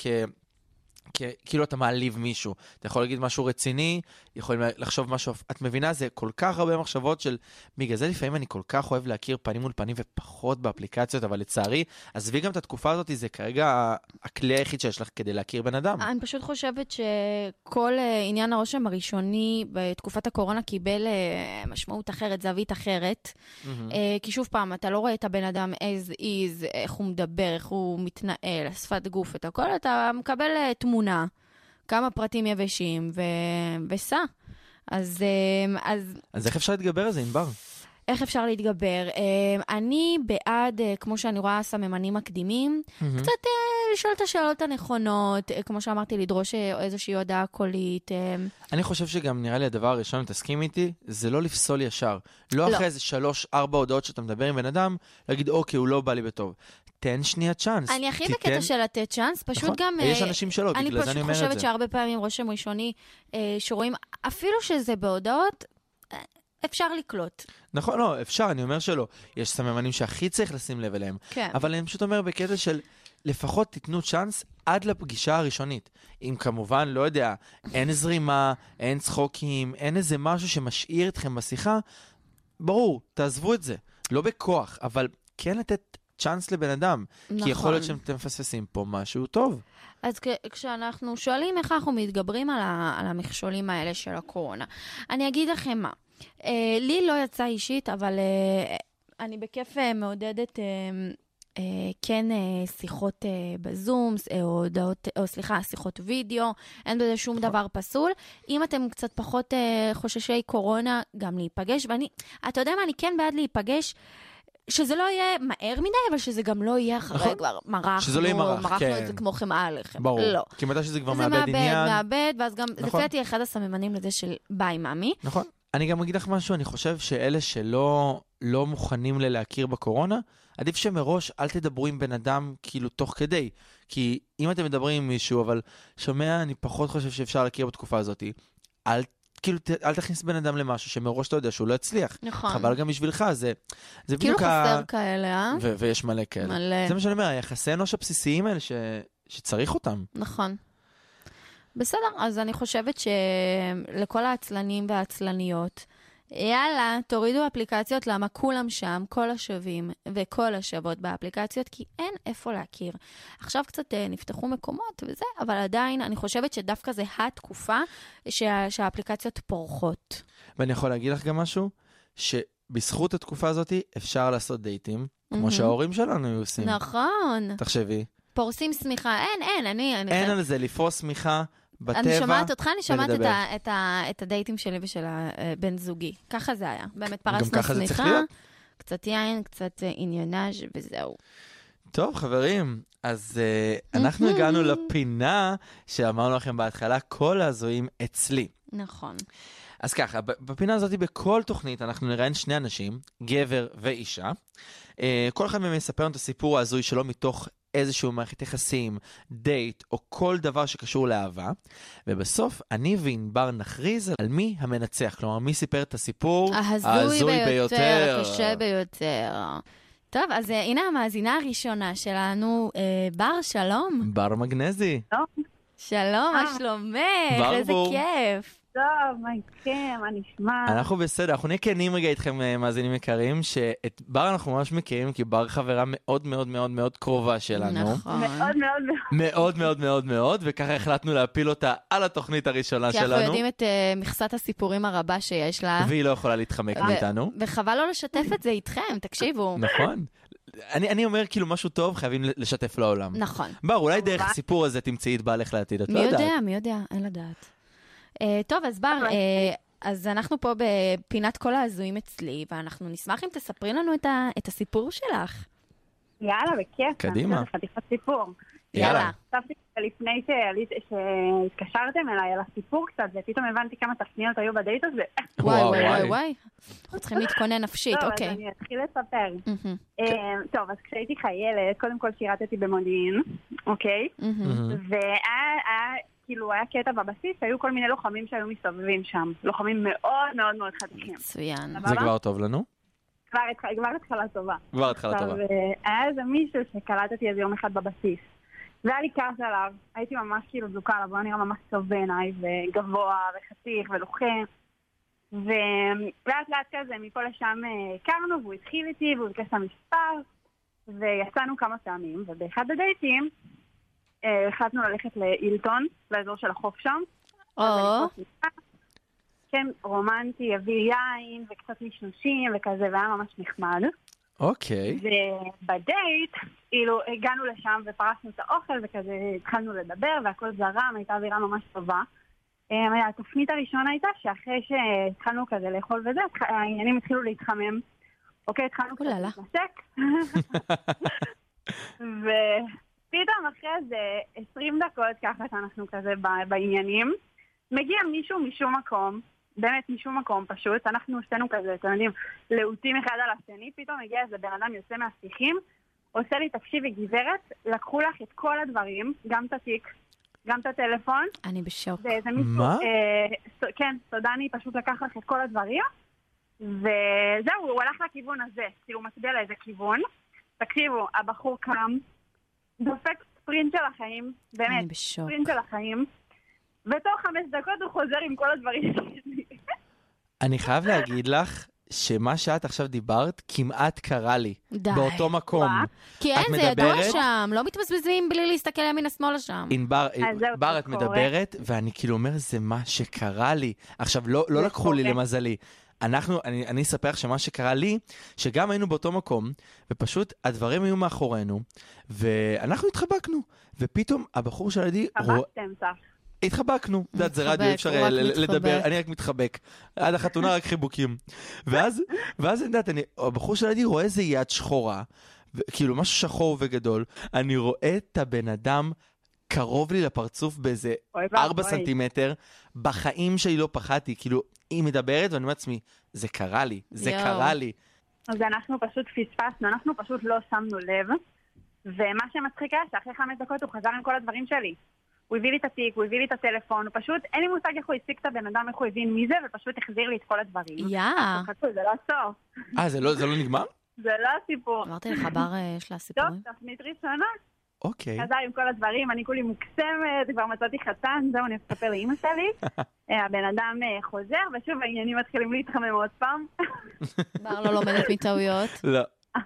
כאילו אתה מעליב מישהו. אתה יכול להגיד משהו רציני, יכולים לחשוב משהו, את מבינה, זה כל כך הרבה מחשבות של, בגלל זה לפעמים אני כל כך אוהב להכיר פנים מול פנים ופחות באפליקציות, אבל לצערי, עזבי גם את התקופה הזאת, זה כרגע הכלי היחיד שיש לך כדי להכיר בן אדם. אני פשוט חושבת שכל עניין הרושם הראשוני בתקופת הקורונה קיבל משמעות אחרת, זווית אחרת, כי שוב פעם, אתה לא רואה את הבן אדם as is, איך הוא מדבר, איך הוא מתנהל, שפת גוף, את הכל, אתה מקבל תמונה, כמה פרטים יבשים, וסע. אז איך אפשר להתגבר על זה, ענבר? איך אפשר להתגבר? אני בעד, כמו שאני רואה, סממנים מקדימים, קצת לשאול את השאלות הנכונות, כמו שאמרתי, לדרוש איזושהי הודעה קולית. אני חושב שגם נראה לי הדבר הראשון, תסכים איתי, זה לא לפסול ישר. לא אחרי איזה 3-4 הודעות שאתה מדבר עם בן אדם, להגיד, אוקיי, הוא לא בא לי בטוב. תן שנייה צ'אנס. אני הכי בקטע של לתת צ'אנס, פשוט גם... יש אנשים שלא, בגלל זה אני אומר את זה. אני פשוט חושבת שהרבה פעמים רושם ראשוני, שרואים, אפילו שזה בהודעות, אפשר לקלוט. נכון, לא, אפשר, אני אומר שלא. יש סממנים שהכי צריך לשים לב אליהם. כן. אבל אני פשוט אומר בקטע של לפחות תיתנו צ'אנס עד לפגישה הראשונית. אם כמובן, לא יודע, אין זרימה, אין צחוקים, אין איזה משהו שמשאיר אתכם בשיחה, ברור, תעזבו את זה. לא בכוח, אבל כן לתת צ'אנס לבן אדם. נכון. כי יכול להיות שאתם מפספסים פה משהו טוב. אז כשאנחנו שואלים איך אנחנו מתגברים על המכשולים האלה של הקורונה, אני אגיד לכם מה. לי לא יצא אישית, אבל אני בכיף מעודדת כן שיחות בזום, או שיחות וידאו, אין בזה שום דבר פסול. אם אתם קצת פחות חוששי קורונה, גם להיפגש, אתה יודע מה, אני כן בעד להיפגש, שזה לא יהיה מהר מדי, אבל שזה גם לא יהיה אחרי כבר מרחנו, שזה לא יהיה מרח, כן. את זה כמו חמאה עליכם. ברור. לא. כי מתי שזה כבר זה מאבד עניין. מאבד, ואז גם, נכון. לפי אחד הסממנים לזה של ביי מאמי. נכון. אני גם אגיד לך משהו, אני חושב שאלה שלא מוכנים להכיר בקורונה, עדיף שמראש אל תדברו עם בן אדם כאילו תוך כדי. כי אם אתם מדברים עם מישהו, אבל שומע, אני פחות חושב שאפשר להכיר בתקופה הזאת. אל תכניס בן אדם למשהו שמראש אתה יודע שהוא לא יצליח. נכון. חבל גם בשבילך, זה כאילו חסר כאלה, ויש מלא כאלה. מלא. זה מה שאני אומר, היחסי אנוש הבסיסיים האלה שצריך אותם. נכון. בסדר, אז אני חושבת שלכל העצלנים והעצלניות, יאללה, תורידו אפליקציות, למה כולם שם, כל השווים וכל השוות באפליקציות, כי אין איפה להכיר. עכשיו קצת נפתחו מקומות וזה, אבל עדיין אני חושבת שדווקא זה התקופה שהאפליקציות פורחות. ואני יכול להגיד לך גם משהו, שבזכות התקופה הזאת אפשר לעשות דייטים, כמו שההורים שלנו היו עושים. נכון. תחשבי. פורסים סמיכה, אין על זה, לפרוס סמיכה בטבע. אני שומעת אותך, אני שומעת את הדייטים שלי ושל הבן זוגי. ככה זה היה. באמת פרסנו סמיכה, קצת יין, קצת עניינאז' וזהו. טוב, חברים, אז אנחנו הגענו לפינה שאמרנו לכם בהתחלה, כל הזויים אצלי. נכון. אז ככה, בפינה הזאת בכל תוכנית אנחנו נראיין שני אנשים, גבר ואישה. כל אחד מהם יספר לנו את הסיפור ההזוי שלו מתוך איזשהו מערכת יחסים, דייט או כל דבר שקשור לאהבה. ובסוף אני וענבר נכריז על מי המנצח. כלומר, מי סיפר את הסיפור ההזוי ביותר. הקשה ביותר. טוב, אז הנה המאזינה הראשונה שלנו, בר, שלום. בר מגנזי. שלום, מה שלומך? איזה כיף. טוב, מה איתכם? מה נשמע? אנחנו בסדר, אנחנו נהיה כנים רגע איתכם, מאזינים יקרים, שאת בר אנחנו ממש מכירים, כי בר חברה מאוד מאוד מאוד מאוד קרובה שלנו. נכון. מאוד מאוד מאוד. מאוד מאוד מאוד מאוד, וככה החלטנו להפיל אותה על התוכנית הראשונה שלנו. כי אנחנו יודעים את מכסת הסיפורים הרבה שיש לה. והיא לא יכולה להתחמק מאיתנו. וחבל לא לשתף את זה איתכם, תקשיבו. נכון. אני אומר כאילו משהו טוב, חייבים לשתף לעולם. נכון. בר, אולי דרך הסיפור הזה תמצאי את בעלך לעתיד, את לא יודעת. מי יודע, אין לדעת. טוב, אז בר, אז אנחנו פה בפינת כל ההזויים אצלי, ואנחנו נשמח אם תספרי לנו את הסיפור שלך. יאללה, בכיף. קדימה. זה חתיכת סיפור. יאללה. חשבתי לפני שהתקשרתם אליי על הסיפור קצת, ופתאום הבנתי כמה תפניות היו בדייט הזה. וואי. אנחנו צריכים להתכונן נפשית, אוקיי. טוב, אז אני אתחיל לספר. טוב, אז כשהייתי חיילת, קודם כל שירתתי במודיעין, אוקיי? כאילו היה קטע בבסיס, היו כל מיני לוחמים שהיו מסתובבים שם. לוחמים מאוד מאוד מאוד חתיכים. מצוין. זה כבר טוב לנו? כבר התחלה טובה. כבר התחלה טובה. היה איזה מישהו שקלטתי איזה יום אחד בבסיס. והיה לי כעס עליו, הייתי ממש כאילו זוקה עליו, הוא נראה ממש טוב בעיניי, וגבוה, וחתיך, ולוחם. ולאט לאט כזה, מפה לשם הכרנו, והוא התחיל איתי, והוא ביקש את המספר, ויצאנו כמה פעמים, ובאחד הדייטים, החלטנו ללכת לאילטון, לאזור של החוף שם. כן, רומנטי, הביא יין, וקצת משנושים, וכזה, והיה ממש נחמד. אוקיי. ובדייט, כאילו, הגענו לשם ופרסנו את האוכל, וכזה התחלנו לדבר, והכל זרם, הייתה אווירה ממש טובה. התפנית הראשונה הייתה שאחרי שהתחלנו כזה לאכול וזה, העניינים התחילו להתחמם. אוקיי, התחלנו כזה להתנשק. ופתאום אחרי איזה 20 דקות, ככה שאנחנו כזה בעניינים, מגיע מישהו משום מקום, באמת משום מקום פשוט, אנחנו שתינו כזה, אתם יודעים, לעוטים אחד על השני, פתאום מגיע איזה בן אדם יוצא מהשיחים, עושה לי, תקשיבי גברת, לקחו לך את כל הדברים, גם את התיק, גם את הטלפון. אני בשוק. מה? כן, סודני פשוט לקח לך את כל הדברים, וזהו, הוא הלך לכיוון הזה, כאילו הוא מצביע לאיזה כיוון. תקשיבו, הבחור קם, דופק ספרינט של החיים, באמת, ספרינט של החיים, ותוך 5 דקות הוא חוזר עם כל הדברים שלי. אני חייב להגיד לך שמה שאת עכשיו דיברת כמעט קרה לי. די. באותו מקום. כי אין, זה ידוע שם, לא מתבזבזים בלי להסתכל ימין השמאלה שם. בר, את מדברת, ואני כאילו אומר, זה מה שקרה לי. עכשיו, לא לקחו לי למזלי. אני אספר לך שמה שקרה לי, שגם היינו באותו מקום, ופשוט הדברים היו מאחורינו, ואנחנו התחבקנו, ופתאום הבחור של לידי... התחבקתם, צח. התחבקנו, זה רדיו, אי אפשר לדבר, אני רק מתחבק. עד החתונה רק חיבוקים. ואז אני יודעת, הבחור של לידי רואה איזה יד שחורה, כאילו משהו שחור וגדול, אני רואה את הבן אדם קרוב לי לפרצוף באיזה 4 סנטימטר, בחיים שלי לא פחדתי, כאילו היא מדברת ואני אומר לעצמי, זה קרה לי, זה קרה לי. אז אנחנו פשוט פספסנו, אנחנו פשוט לא שמנו לב, ומה שמצחיק היה שאחרי 5 דקות הוא חזר עם כל הדברים שלי. הוא הביא לי את התיק, הוא הביא לי את הטלפון, הוא פשוט, אין לי מושג איך הוא הציג את הבן אדם, איך הוא הבין מי זה, ופשוט החזיר לי את כל הדברים. זה לא סוף. זה לא נגמר? זה לא הסיפור. אמרתי לך, בר יש לה סיפורים? טוב, תפנית ראשונה. אוקיי. חזר עם כל הדברים, אני כולי מוקסמת, כבר מצאתי חתן, זהו, אני אספר לאמא שלי. הבן אדם חוזר, ושוב העניינים מתחילים להתחמם עוד פעם. בר לא לומדת מטעויות? לא.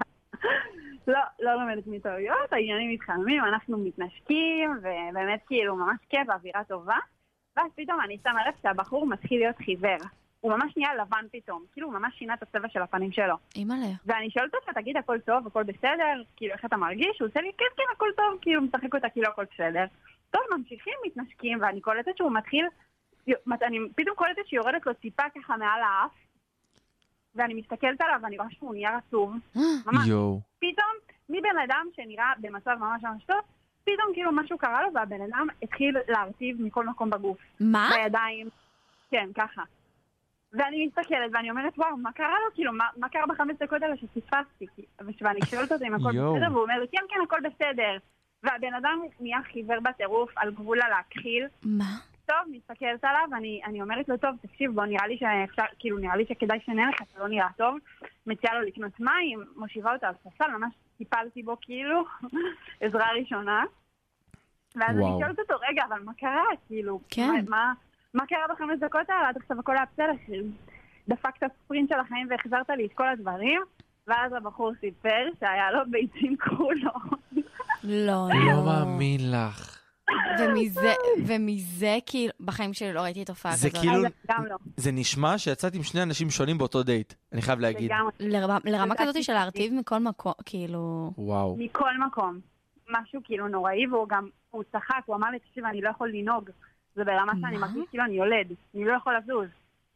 לא לומדת מטעויות, העניינים מתחממים, אנחנו מתנשקים, ובאמת כאילו ממש כיף, אווירה טובה. ואז פתאום אני שמה לב שהבחור מתחיל להיות חיוור. הוא ממש נהיה לבן פתאום, כאילו הוא ממש שינה את הצבע של הפנים שלו. אימא'לה. ואני שואלת אותה, תגיד, הכל טוב, הכל בסדר? כאילו, איך אתה מרגיש? הוא עושה לי, כן, הכל טוב, כאילו, משחק אותה, כאילו, הכל בסדר. טוב, ממשיכים, מתנשקים, ואני קולטת שהוא מתחיל, אני פתאום קולטת שיורדת לו טיפה ככה מעל האף, ואני מסתכלת עליו, ואני רואה שהוא נהיה רצוב. ממש. פתאום, מבן אדם שנראה במצב ממש ממש טוב, פתאום כאילו משהו קרה לו, והבן אדם התחיל להרטיב מכל מקום בגוף. מה? בידיים. כן, ככה. ואני מסתכלת ואני אומרת, וואו, מה קרה לו? כאילו, מה קרה ב5 דקות האלה שפספסתי? ואני שואלת אותו אם הכל בסדר, והוא אומר לי, כן, הכל בסדר. והבן אדם נהיה חיוור בטירוף על גבול להכחיל. מה? טוב, מסתכלת עליו, אני אומרת לו, טוב, תקשיב, בוא, נראה לי שכדאי שנלך, אתה לא נראה טוב. מציעה לו לקנות מים, מושיבה אותה על ספסל, ממש טיפלתי בו כאילו, עזרה ראשונה. ואז אני שואלת אותו, רגע, אבל מה קרה? כאילו, מה קרה ב5 דקות האלה? עד עכשיו הכל היה בסדר. דפקת הספרינט של החיים והחזרת לי את כל הדברים, ואז הבחור סיפר שהיה לו ביצים כחולות. לא מאמין לך. ומזה, כאילו, בחיים שלי לא ראיתי תופעה כזאת. זה כאילו, זה נשמע שיצאת עם 2 אנשים שונים באותו דייט, אני חייב להגיד. לרמה כזאת של להרטיב מכל מקום, כאילו... וואו. מכל מקום. משהו כאילו נוראי, והוא גם, הוא צחק, הוא אמר לי, תקשיב, אני לא יכול לנהוג. זה ברמה שאני מרגיש כאילו אני יולד, אני לא יכול לזוז.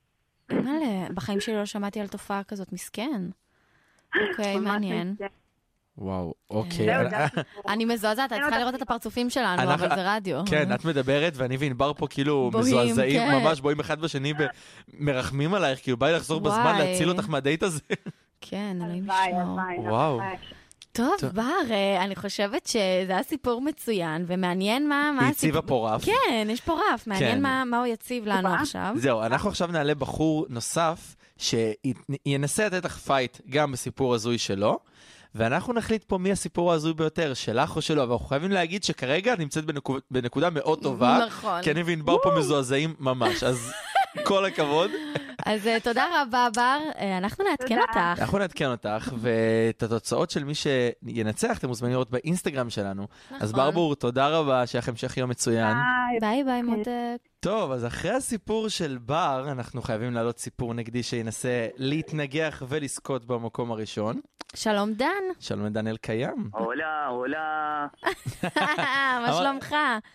בחיים שלי לא שמעתי על תופעה כזאת, מסכן. אוקיי, מעניין. וואו, אוקיי. אני מזועזעת, את צריכה לראות את הפרצופים שלנו, אבל זה רדיו. כן, את מדברת, ואני וענבר פה כאילו מזועזעים, ממש בואים אחד בשני ומרחמים עלייך, כאילו בא לי לחזור בזמן להציל אותך מהדייט הזה. כן, אלוהים ישמור. וואו. טוב, בר, אני חושבת שזה היה סיפור מצוין, ומעניין מה... היא הציבה פה רף. כן, יש פה רף, מעניין מה הוא יציב לנו עכשיו. זהו, אנחנו עכשיו נעלה בחור נוסף, שינסה לתת לך פייט גם בסיפור הזוי שלו, ואנחנו נחליט פה מי הסיפור הזוי ביותר, שלך או שלו, אבל אנחנו חייבים להגיד שכרגע נמצאת בנקודה מאוד טובה, נכון. כי אני וענבר פה מזועזעים ממש, אז כל הכבוד. אז תודה רבה, בר, אנחנו נעדכן אותך. אנחנו נעדכן אותך, ואת התוצאות של מי שינצח, אתם מוזמנים לראות באינסטגרם שלנו. אז ברבור, תודה רבה, שיהיה לכם המשך יום מצוין. ביי ביי מותק. טוב, אז אחרי הסיפור של בר, אנחנו חייבים להעלות סיפור נגדי שינסה להתנגח ולזכות במקום הראשון. שלום דן. שלום דן אלקיים. הולה. מה שלומך?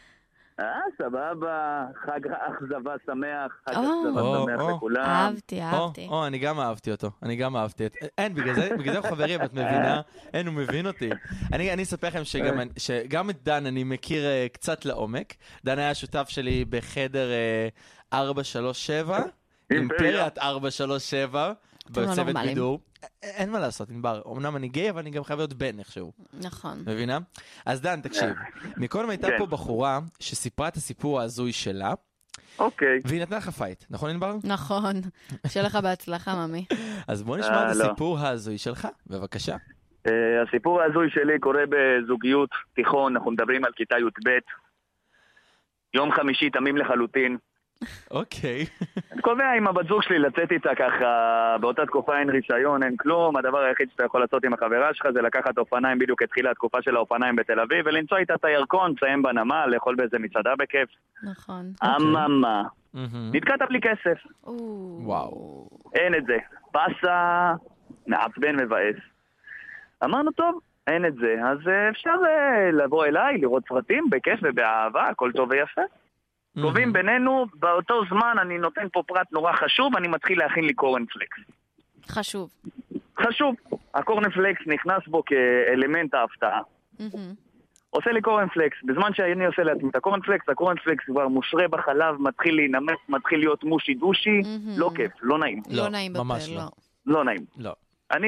סבבה, חג אכזבה שמח, חג אכזבה שמח לכולם. אהבתי. אני גם אהבתי אותו, אין, בגלל זה הוא חברי, ואת מבינה, אין, הוא מבין אותי. אני אספר לכם שגם את דן אני מכיר קצת לעומק. דן היה שותף שלי בחדר 437, אימפריית 437, בצוות בידור. אין מה לעשות, ענבר. אמנם אני גיי, אבל אני גם חייב להיות בן איכשהו. נכון. מבינה? אז דן, תקשיב. מקודם הייתה פה בחורה שסיפרה את הסיפור ההזוי שלה. אוקיי. והיא נתנה לך פייט. נכון, ענבר? נכון. שיהיה לך בהצלחה, ממי. אז בוא נשמע את הסיפור ההזוי שלך. בבקשה. הסיפור ההזוי שלי קורה בזוגיות תיכון. אנחנו מדברים על כיתה י"ב. יום חמישי תמים לחלוטין. אוקיי. אני קובע עם הבת זוג שלי לצאת איתה ככה, באותה תקופה אין רישיון, אין כלום, הדבר היחיד שאתה יכול לעשות עם החברה שלך זה לקחת אופניים, בדיוק התחילה התקופה של האופניים בתל אביב, ולנסוע איתה את הירקון, לסיים בנמל, לאכול באיזה מצעדה בכיף. נכון. אממה, נתקעת בלי כסף. וואו. אין את זה. פסה, מעצבן מבאס. אמרנו, טוב, אין את זה, אז אפשר לבוא אליי, לראות סרטים בכיף ובאהבה, הכל טוב ויפה. קובעים בינינו, באותו זמן אני נותן פה פרט נורא חשוב, אני מתחיל להכין לי קורנפלקס. חשוב. חשוב. הקורנפלקס נכנס בו כאלמנט ההפתעה. עושה לי קורנפלקס, בזמן שאני עושה לעצמי את הקורנפלקס, הקורנפלקס כבר מושרה בחלב, מתחיל להינמס, מתחיל להיות מושי דושי, לא כיף, לא נעים. לא נעים בפה, ממש לא. לא נעים. לא. אני,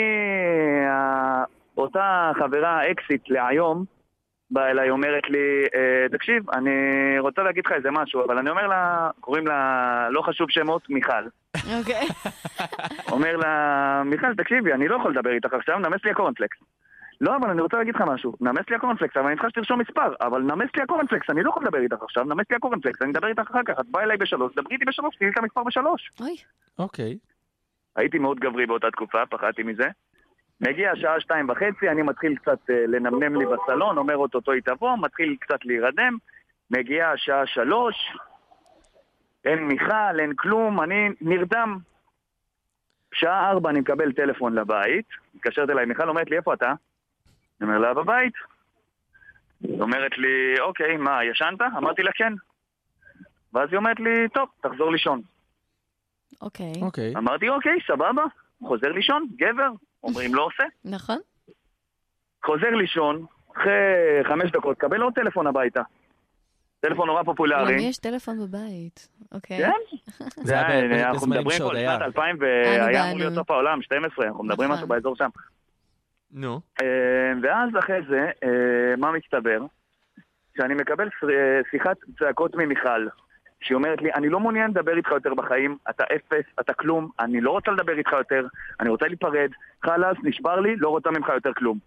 אותה חברה אקסיט להיום, באה אליי, אומרת לי, תקשיב, אני רוצה להגיד לך איזה משהו, אבל אני אומר לה, קוראים לה, לא חשוב שמות, מיכל. אוקיי. אומר לה, מיכל, תקשיבי, אני לא יכול לדבר איתך עכשיו, נמס לי הקורנפלקס. לא, אבל אני רוצה להגיד לך משהו, נמס לי הקורנפלקס, אבל אני צריכה שתרשום מספר, אבל נמס לי הקורנפלקס, אני לא יכול לדבר איתך עכשיו, נמס לי הקורנפלקס, אני אדבר איתך אחר כך, את באה אליי ב3, דברי איתי ב3, תהיי את המספר ב3. אוי. אוקיי. הייתי מאוד גברי באותה תקופה, פחדתי מזה. מגיע השעה 2:30, אני מתחיל קצת לנמנם לי בסלון, אומר אותו היא תבוא, מתחיל קצת להירדם, מגיע השעה 3, אין מיכל, אין כלום, אני נרדם. שעה 4 אני מקבל טלפון לבית, מתקשרת אליי, מיכל אומרת לי, איפה אתה? אני אומר לה, בבית. היא אומרת לי, אוקיי, מה, ישנת? אמרתי לה, כן. ואז היא אומרת לי, טוב, תחזור לישון. אוקיי. אמרתי, אוקיי, סבבה, חוזר לישון, גבר, אומרים לא עושה. נכון. חוזר לישון, אחרי 5 דקות, קבל עוד טלפון הביתה. טלפון נורא פופולרי. למי יש טלפון בבית? אוקיי. כן? זה היה אנחנו בזמנים מדברים פה שעוד על היה. שנת 2000 והיה אמור להיות סוף העולם, 12, אנחנו מדברים נכון. משהו באזור שם. נו. ואז אחרי זה, מה מסתבר? שאני מקבל שיחת צעקות ממיכל, שהיא אומרת לי, אני לא מעוניין לדבר איתך יותר בחיים, אתה אפס, אתה כלום, אני לא רוצה לדבר איתך יותר, אני רוצה להיפרד, חלאס, נשבר לי, לא רוצה ממך יותר כלום.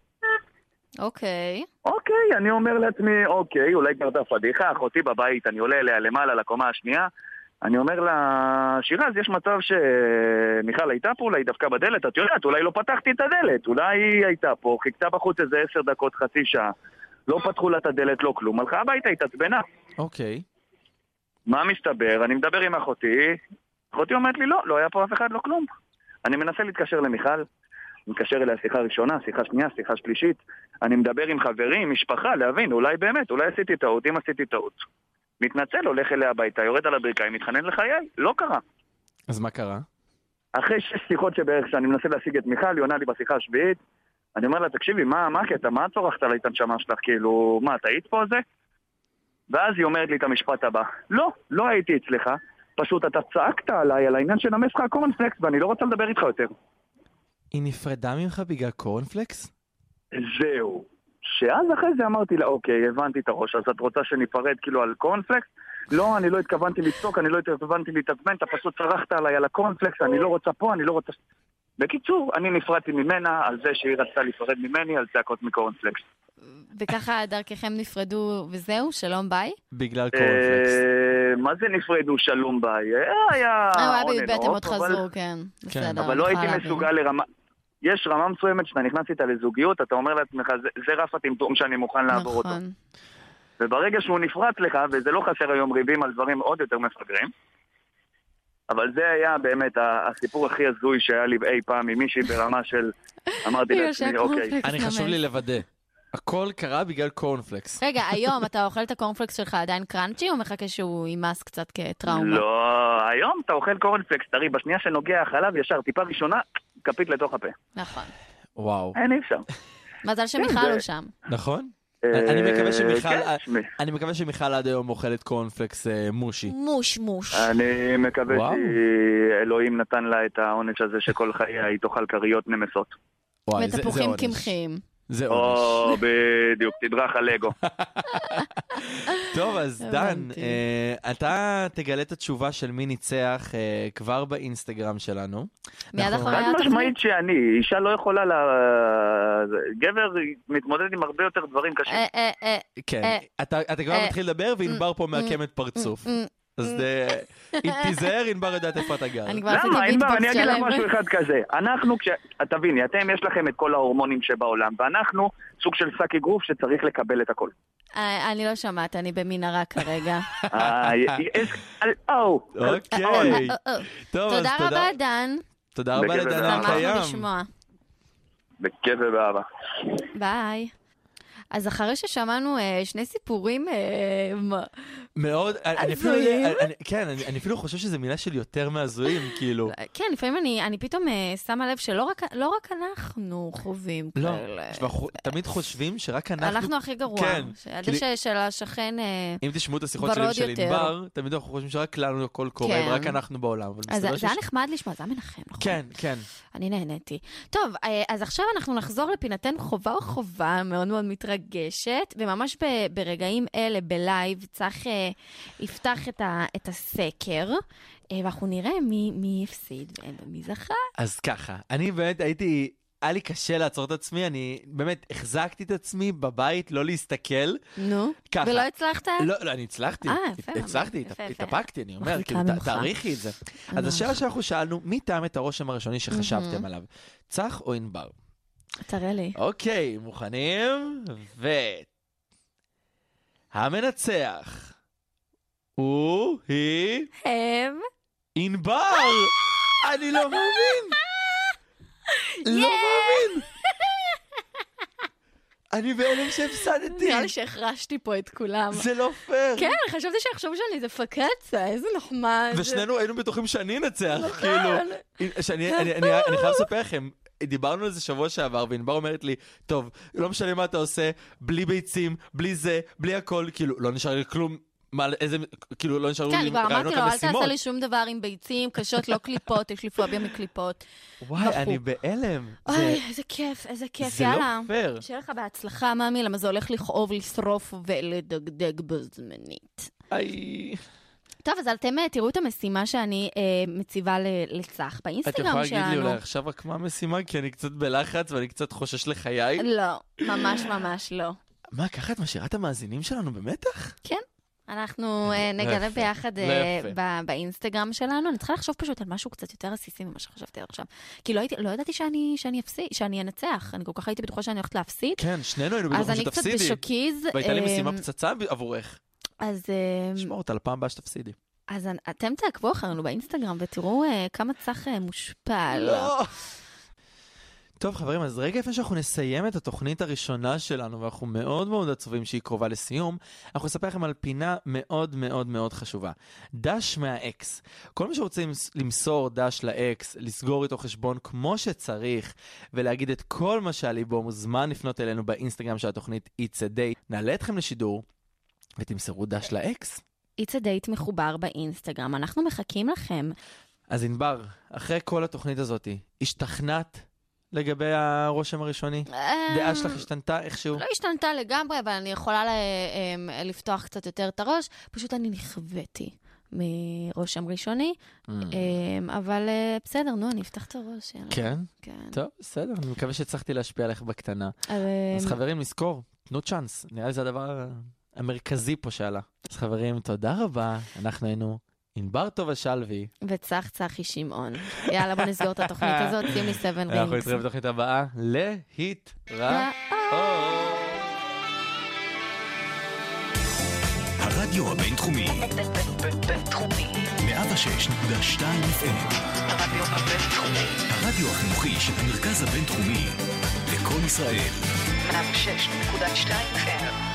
אוקיי. אוקיי, אני אומר לעצמי, אוקיי, אולי קרתה פדיחה, אחותי בבית, אני עולה אליה למעלה לקומה השנייה, אני אומר לה, שירה, אז יש מצב שמיכל הייתה פה, אולי דווקא בדלת, את יודעת, אולי לא פתחתי את הדלת, אולי היא הייתה פה, חיכתה בחוץ איזה 10 דקות, חצי שעה, לא פתחו לה את הדלת, לא כלום, הלכה הביתה, התעצבנה. אוקיי. מה מסתבר? אני מדבר עם אחותי, אחותי אומרת לי, לא היה פה אף אחד, לא כלום. אני מנסה להתקשר למיכל, מתקשר אליה שיחה ראשונה, שיחה שנייה, שיחה שלישית, אני מדבר עם חברים, משפחה, להבין, אולי באמת, אולי עשיתי טעות, אם עשיתי טעות. מתנצל, הולך אליה הביתה, יורד על הברכיים, מתחנן לחיי, לא קרה. אז מה קרה? אחרי 6 שיחות שבערך שאני מנסה להשיג את מיכל, היא עונה לי בשיחה השביעית, אני אומר לה, תקשיבי, מה הקטע, מה צורכת על ההתנשמה שלך, כאילו, מה, אתה היית פה זה? ואז היא אומרת לי את המשפט הבא, לא הייתי אצלך, פשוט אתה צעקת עליי על העניין שנמס לך הקורנפלקס, ואני לא רוצה לדבר איתך יותר. היא נפרדה ממך בגלל קורנפלקס? זהו. שאז אחרי זה אמרתי לה, אוקיי, הבנתי את הראש, אז את רוצה שניפרד כאילו על קורנפלקס? לא, אני לא התכוונתי לצעוק, אני לא התכוונתי להתעצבן, אתה פשוט צרחת עליי על הקורנפלקס, אני לא רוצה פה, אני לא רוצה... בקיצור, אני נפרדתי ממנה על זה שהיא רצתה להיפרד ממני, על צעקות מקורנפלקס. וככה דרככם נפרדו וזהו? שלום ביי? בגלל קורנפלקס. מה זה נפרדו שלום ביי? היה ביבי, אתם עוד חזרו, כן. בסדר. אבל לא הייתי מסוגל לרמה... יש רמה מסוימת שאתה נכנס איתה לזוגיות, אתה אומר לעצמך, זה רף הטמטום שאני מוכן לעבור אותו. נכון. וברגע שהוא נפרץ לך, וזה לא חסר היום ריבים על דברים עוד יותר מפגרים, אבל זה היה באמת הסיפור הכי הזוי שהיה לי אי פעם עם מישהי ברמה של, אמרתי לעצמי, אוקיי. אני חשוב לי לוודא. הכל קרה בגלל קורנפלקס. רגע, היום אתה אוכל את הקורנפלקס שלך עדיין קראנצ'י, או מחכה שהוא יימס קצת כטראומה? לא, היום אתה אוכל קורנפלקס, תראי, בשנייה שנוגע החלב ישר, טיפה ראשונה, כפית לתוך הפה. נכון. וואו. אין, אי אפשר. מזל שמיכל הוא שם. נכון? אני מקווה שמיכל עד היום אוכלת קורנפלקס מושי. מוש. אני מקווה שאלוהים נתן לה את העונש הזה שכל חייה היא תאכל כריות נמסות. ותפוחים קמחיים. זה עונש. בדיוק, תדרך על לגו. טוב, אז דן, אתה תגלה את התשובה של מי ניצח כבר באינסטגרם שלנו. מיד אחרי חד משמעית שאני, אישה לא יכולה גבר מתמודד עם הרבה יותר דברים קשים. כן, אתה כבר מתחיל לדבר וענבר פה מעקמת פרצוף. אז תיזהר, ענבר יודעת איפה אתה גר. אני כבר עשיתי למה? ענבר, ביטבוקס אני אגיד לך שלם. משהו אחד כזה. אנחנו, תביני, אתם יש לכם את כל ההורמונים שבעולם, ואנחנו סוג של שק אגרוף שצריך לקבל את הכל. אני לא שמעת, אני במנהרה כרגע. אוקיי. טוב, אז תודה רבה, דן. תודה רבה בכיף לדן ובאהבה. הקיים. שמחנו לשמוע. בכיף ובאהבה. ביי. אז אחרי ששמענו שני סיפורים מאוד, אני אפילו, הזויים. כן, אני אפילו חושב שזה מילה של יותר מהזויים, כאילו. כן, לפעמים אני פתאום שמה לב שלא רק אנחנו חווים לא, כאלה. תמיד חושבים שרק אנחנו הכי גרוע. כן. שהדשא של השכן אם תשמעו את השיחות ורוד שלי של יותר. ענבר, תמיד אנחנו חושבים שרק לנו הכל קורה, כן. ורק אנחנו בעולם. אבל אז מסתבר זה היה נחמד לשמוע, זה היה מנחם, נכון? כן, כן. אני נהניתי. טוב, אז עכשיו אנחנו נחזור לפינתנו חובה או חובה, מאוד מאוד מתרגשת, וממש ברגעים אלה בלייב צריך יפתח את הסקר, ואנחנו נראה מי הפסיד ומי זכה. אז ככה, אני באמת היה לי קשה לעצור את עצמי, אני באמת החזקתי את עצמי בבית, לא להסתכל. נו, ככה. ולא הצלחת? לא, אני הצלחתי. יפה, הצלחתי, יפה, יפה. התאפקתי, אני אומר, מחזיקה כאילו, ממך. תעריכי את זה. אז השאלה שאנחנו שאלנו, מי טעם את הרושם הראשוני שחשבתם עליו? צח או ענבר? תראה לי. אוקיי, מוכנים? המנצח היא הם? ענבר! אני לא מאמין! לא מאמין! אני בהלם שהפסדתי! נראה לי שהחרשתי פה את כולם. זה לא פייר! כן, חשבתי שיחשוב שאני איזה פקצה, איזה נחמד. ושנינו היינו בטוחים שאני אנצח, כאילו. אני חייב לספר לכם, דיברנו על זה שבוע שעבר, וענבר אומרת לי, טוב, לא משנה מה אתה עושה, בלי ביצים, בלי זה, בלי הכל, כאילו, לא נשאר לי כלום. כאילו לא נשארו כן, לי אני כבר אמרתי רעיונות לו, אל למשימות. תעשה לי שום דבר עם ביצים, קשות, לא קליפות, יש לי פוביה מקליפות. וואי, אני בהלם. אוי, איזה כיף, איזה כיף, זה לא יאללה. פייר. שיהיה לך בהצלחה, מאמי, למה זה הולך לכאוב, לשרוף ולדגדג בזמנית. איי. טוב, אז אתם תראו את המשימה שאני מציבה לצח את באינסטגרם יכולה להגיד לי שלנו. אולי עכשיו רק מה המשימה? כי אני קצת בלחץ ואני קצת חושש לחיי. לא, ממש ממש לא. מה, ככה את משאירה את המאזינים שלנו במתח? כן. אנחנו נגלה יפה, ביחד לא יפה. באינסטגרם שלנו. אני צריכה לחשוב פשוט על משהו קצת יותר עסיסי ממה שחשבתי עד עכשיו. כי לא ידעתי שאני אנצח. אני כל כך הייתי בטוחה שאני הולכת להפסיד. כן, שנינו היינו אז בטוחים אני קצת שתפסידי. בשוקיז. והייתה לי משימה פצצה עבורך. אז שמור אותה לפעם הבאה שתפסידי. אז אתם תעקבו אחרינו באינסטגרם ותראו כמה צח מושפל. לא. טוב חברים, אז רגע לפני שאנחנו נסיים את התוכנית הראשונה שלנו, ואנחנו מאוד מאוד עצובים שהיא קרובה לסיום, אנחנו נספר לכם על פינה מאוד מאוד מאוד חשובה. דש מהאקס. כל מי שרוצה למסור דש לאקס, לסגור איתו חשבון כמו שצריך, ולהגיד את כל מה שעל ליבו, מוזמן לפנות אלינו באינסטגרם של התוכנית It's a Date. נעלה אתכם לשידור ותמסרו דש לאקס. It's a Date מחובר באינסטגרם. אנחנו מחכים לכם. אז ענבר, אחרי כל התוכנית הזאת, השתכנעת לגבי הרושם הראשוני? דעה שלך השתנתה איכשהו? לא השתנתה לגמרי, אבל אני יכולה לפתוח קצת יותר את הראש. פשוט אני נכוויתי מרושם ראשוני, אבל בסדר, נו, אני אפתח את הראש. כן? כן. טוב, בסדר, אני מקווה שהצלחתי להשפיע עליך בקטנה. אז חברים, נזכור, תנו צ'אנס, נראה לי זה הדבר המרכזי פה שעלה. אז חברים, תודה רבה, אנחנו היינו ענבר טובה שלוי. וצח צחי שמעון. יאללה, בוא נסגור את התוכנית הזאת, שים לי 7 רינגס. אנחנו נתראה בתוכנית הבאה, להתראות. הרדיו הבינתחומי, בינתחומי. 106.2 FM, הרדיו הבינתחומי. הרדיו החינוכי של המרכז הבינתחומי, לקום ישראל. 106.2 FM.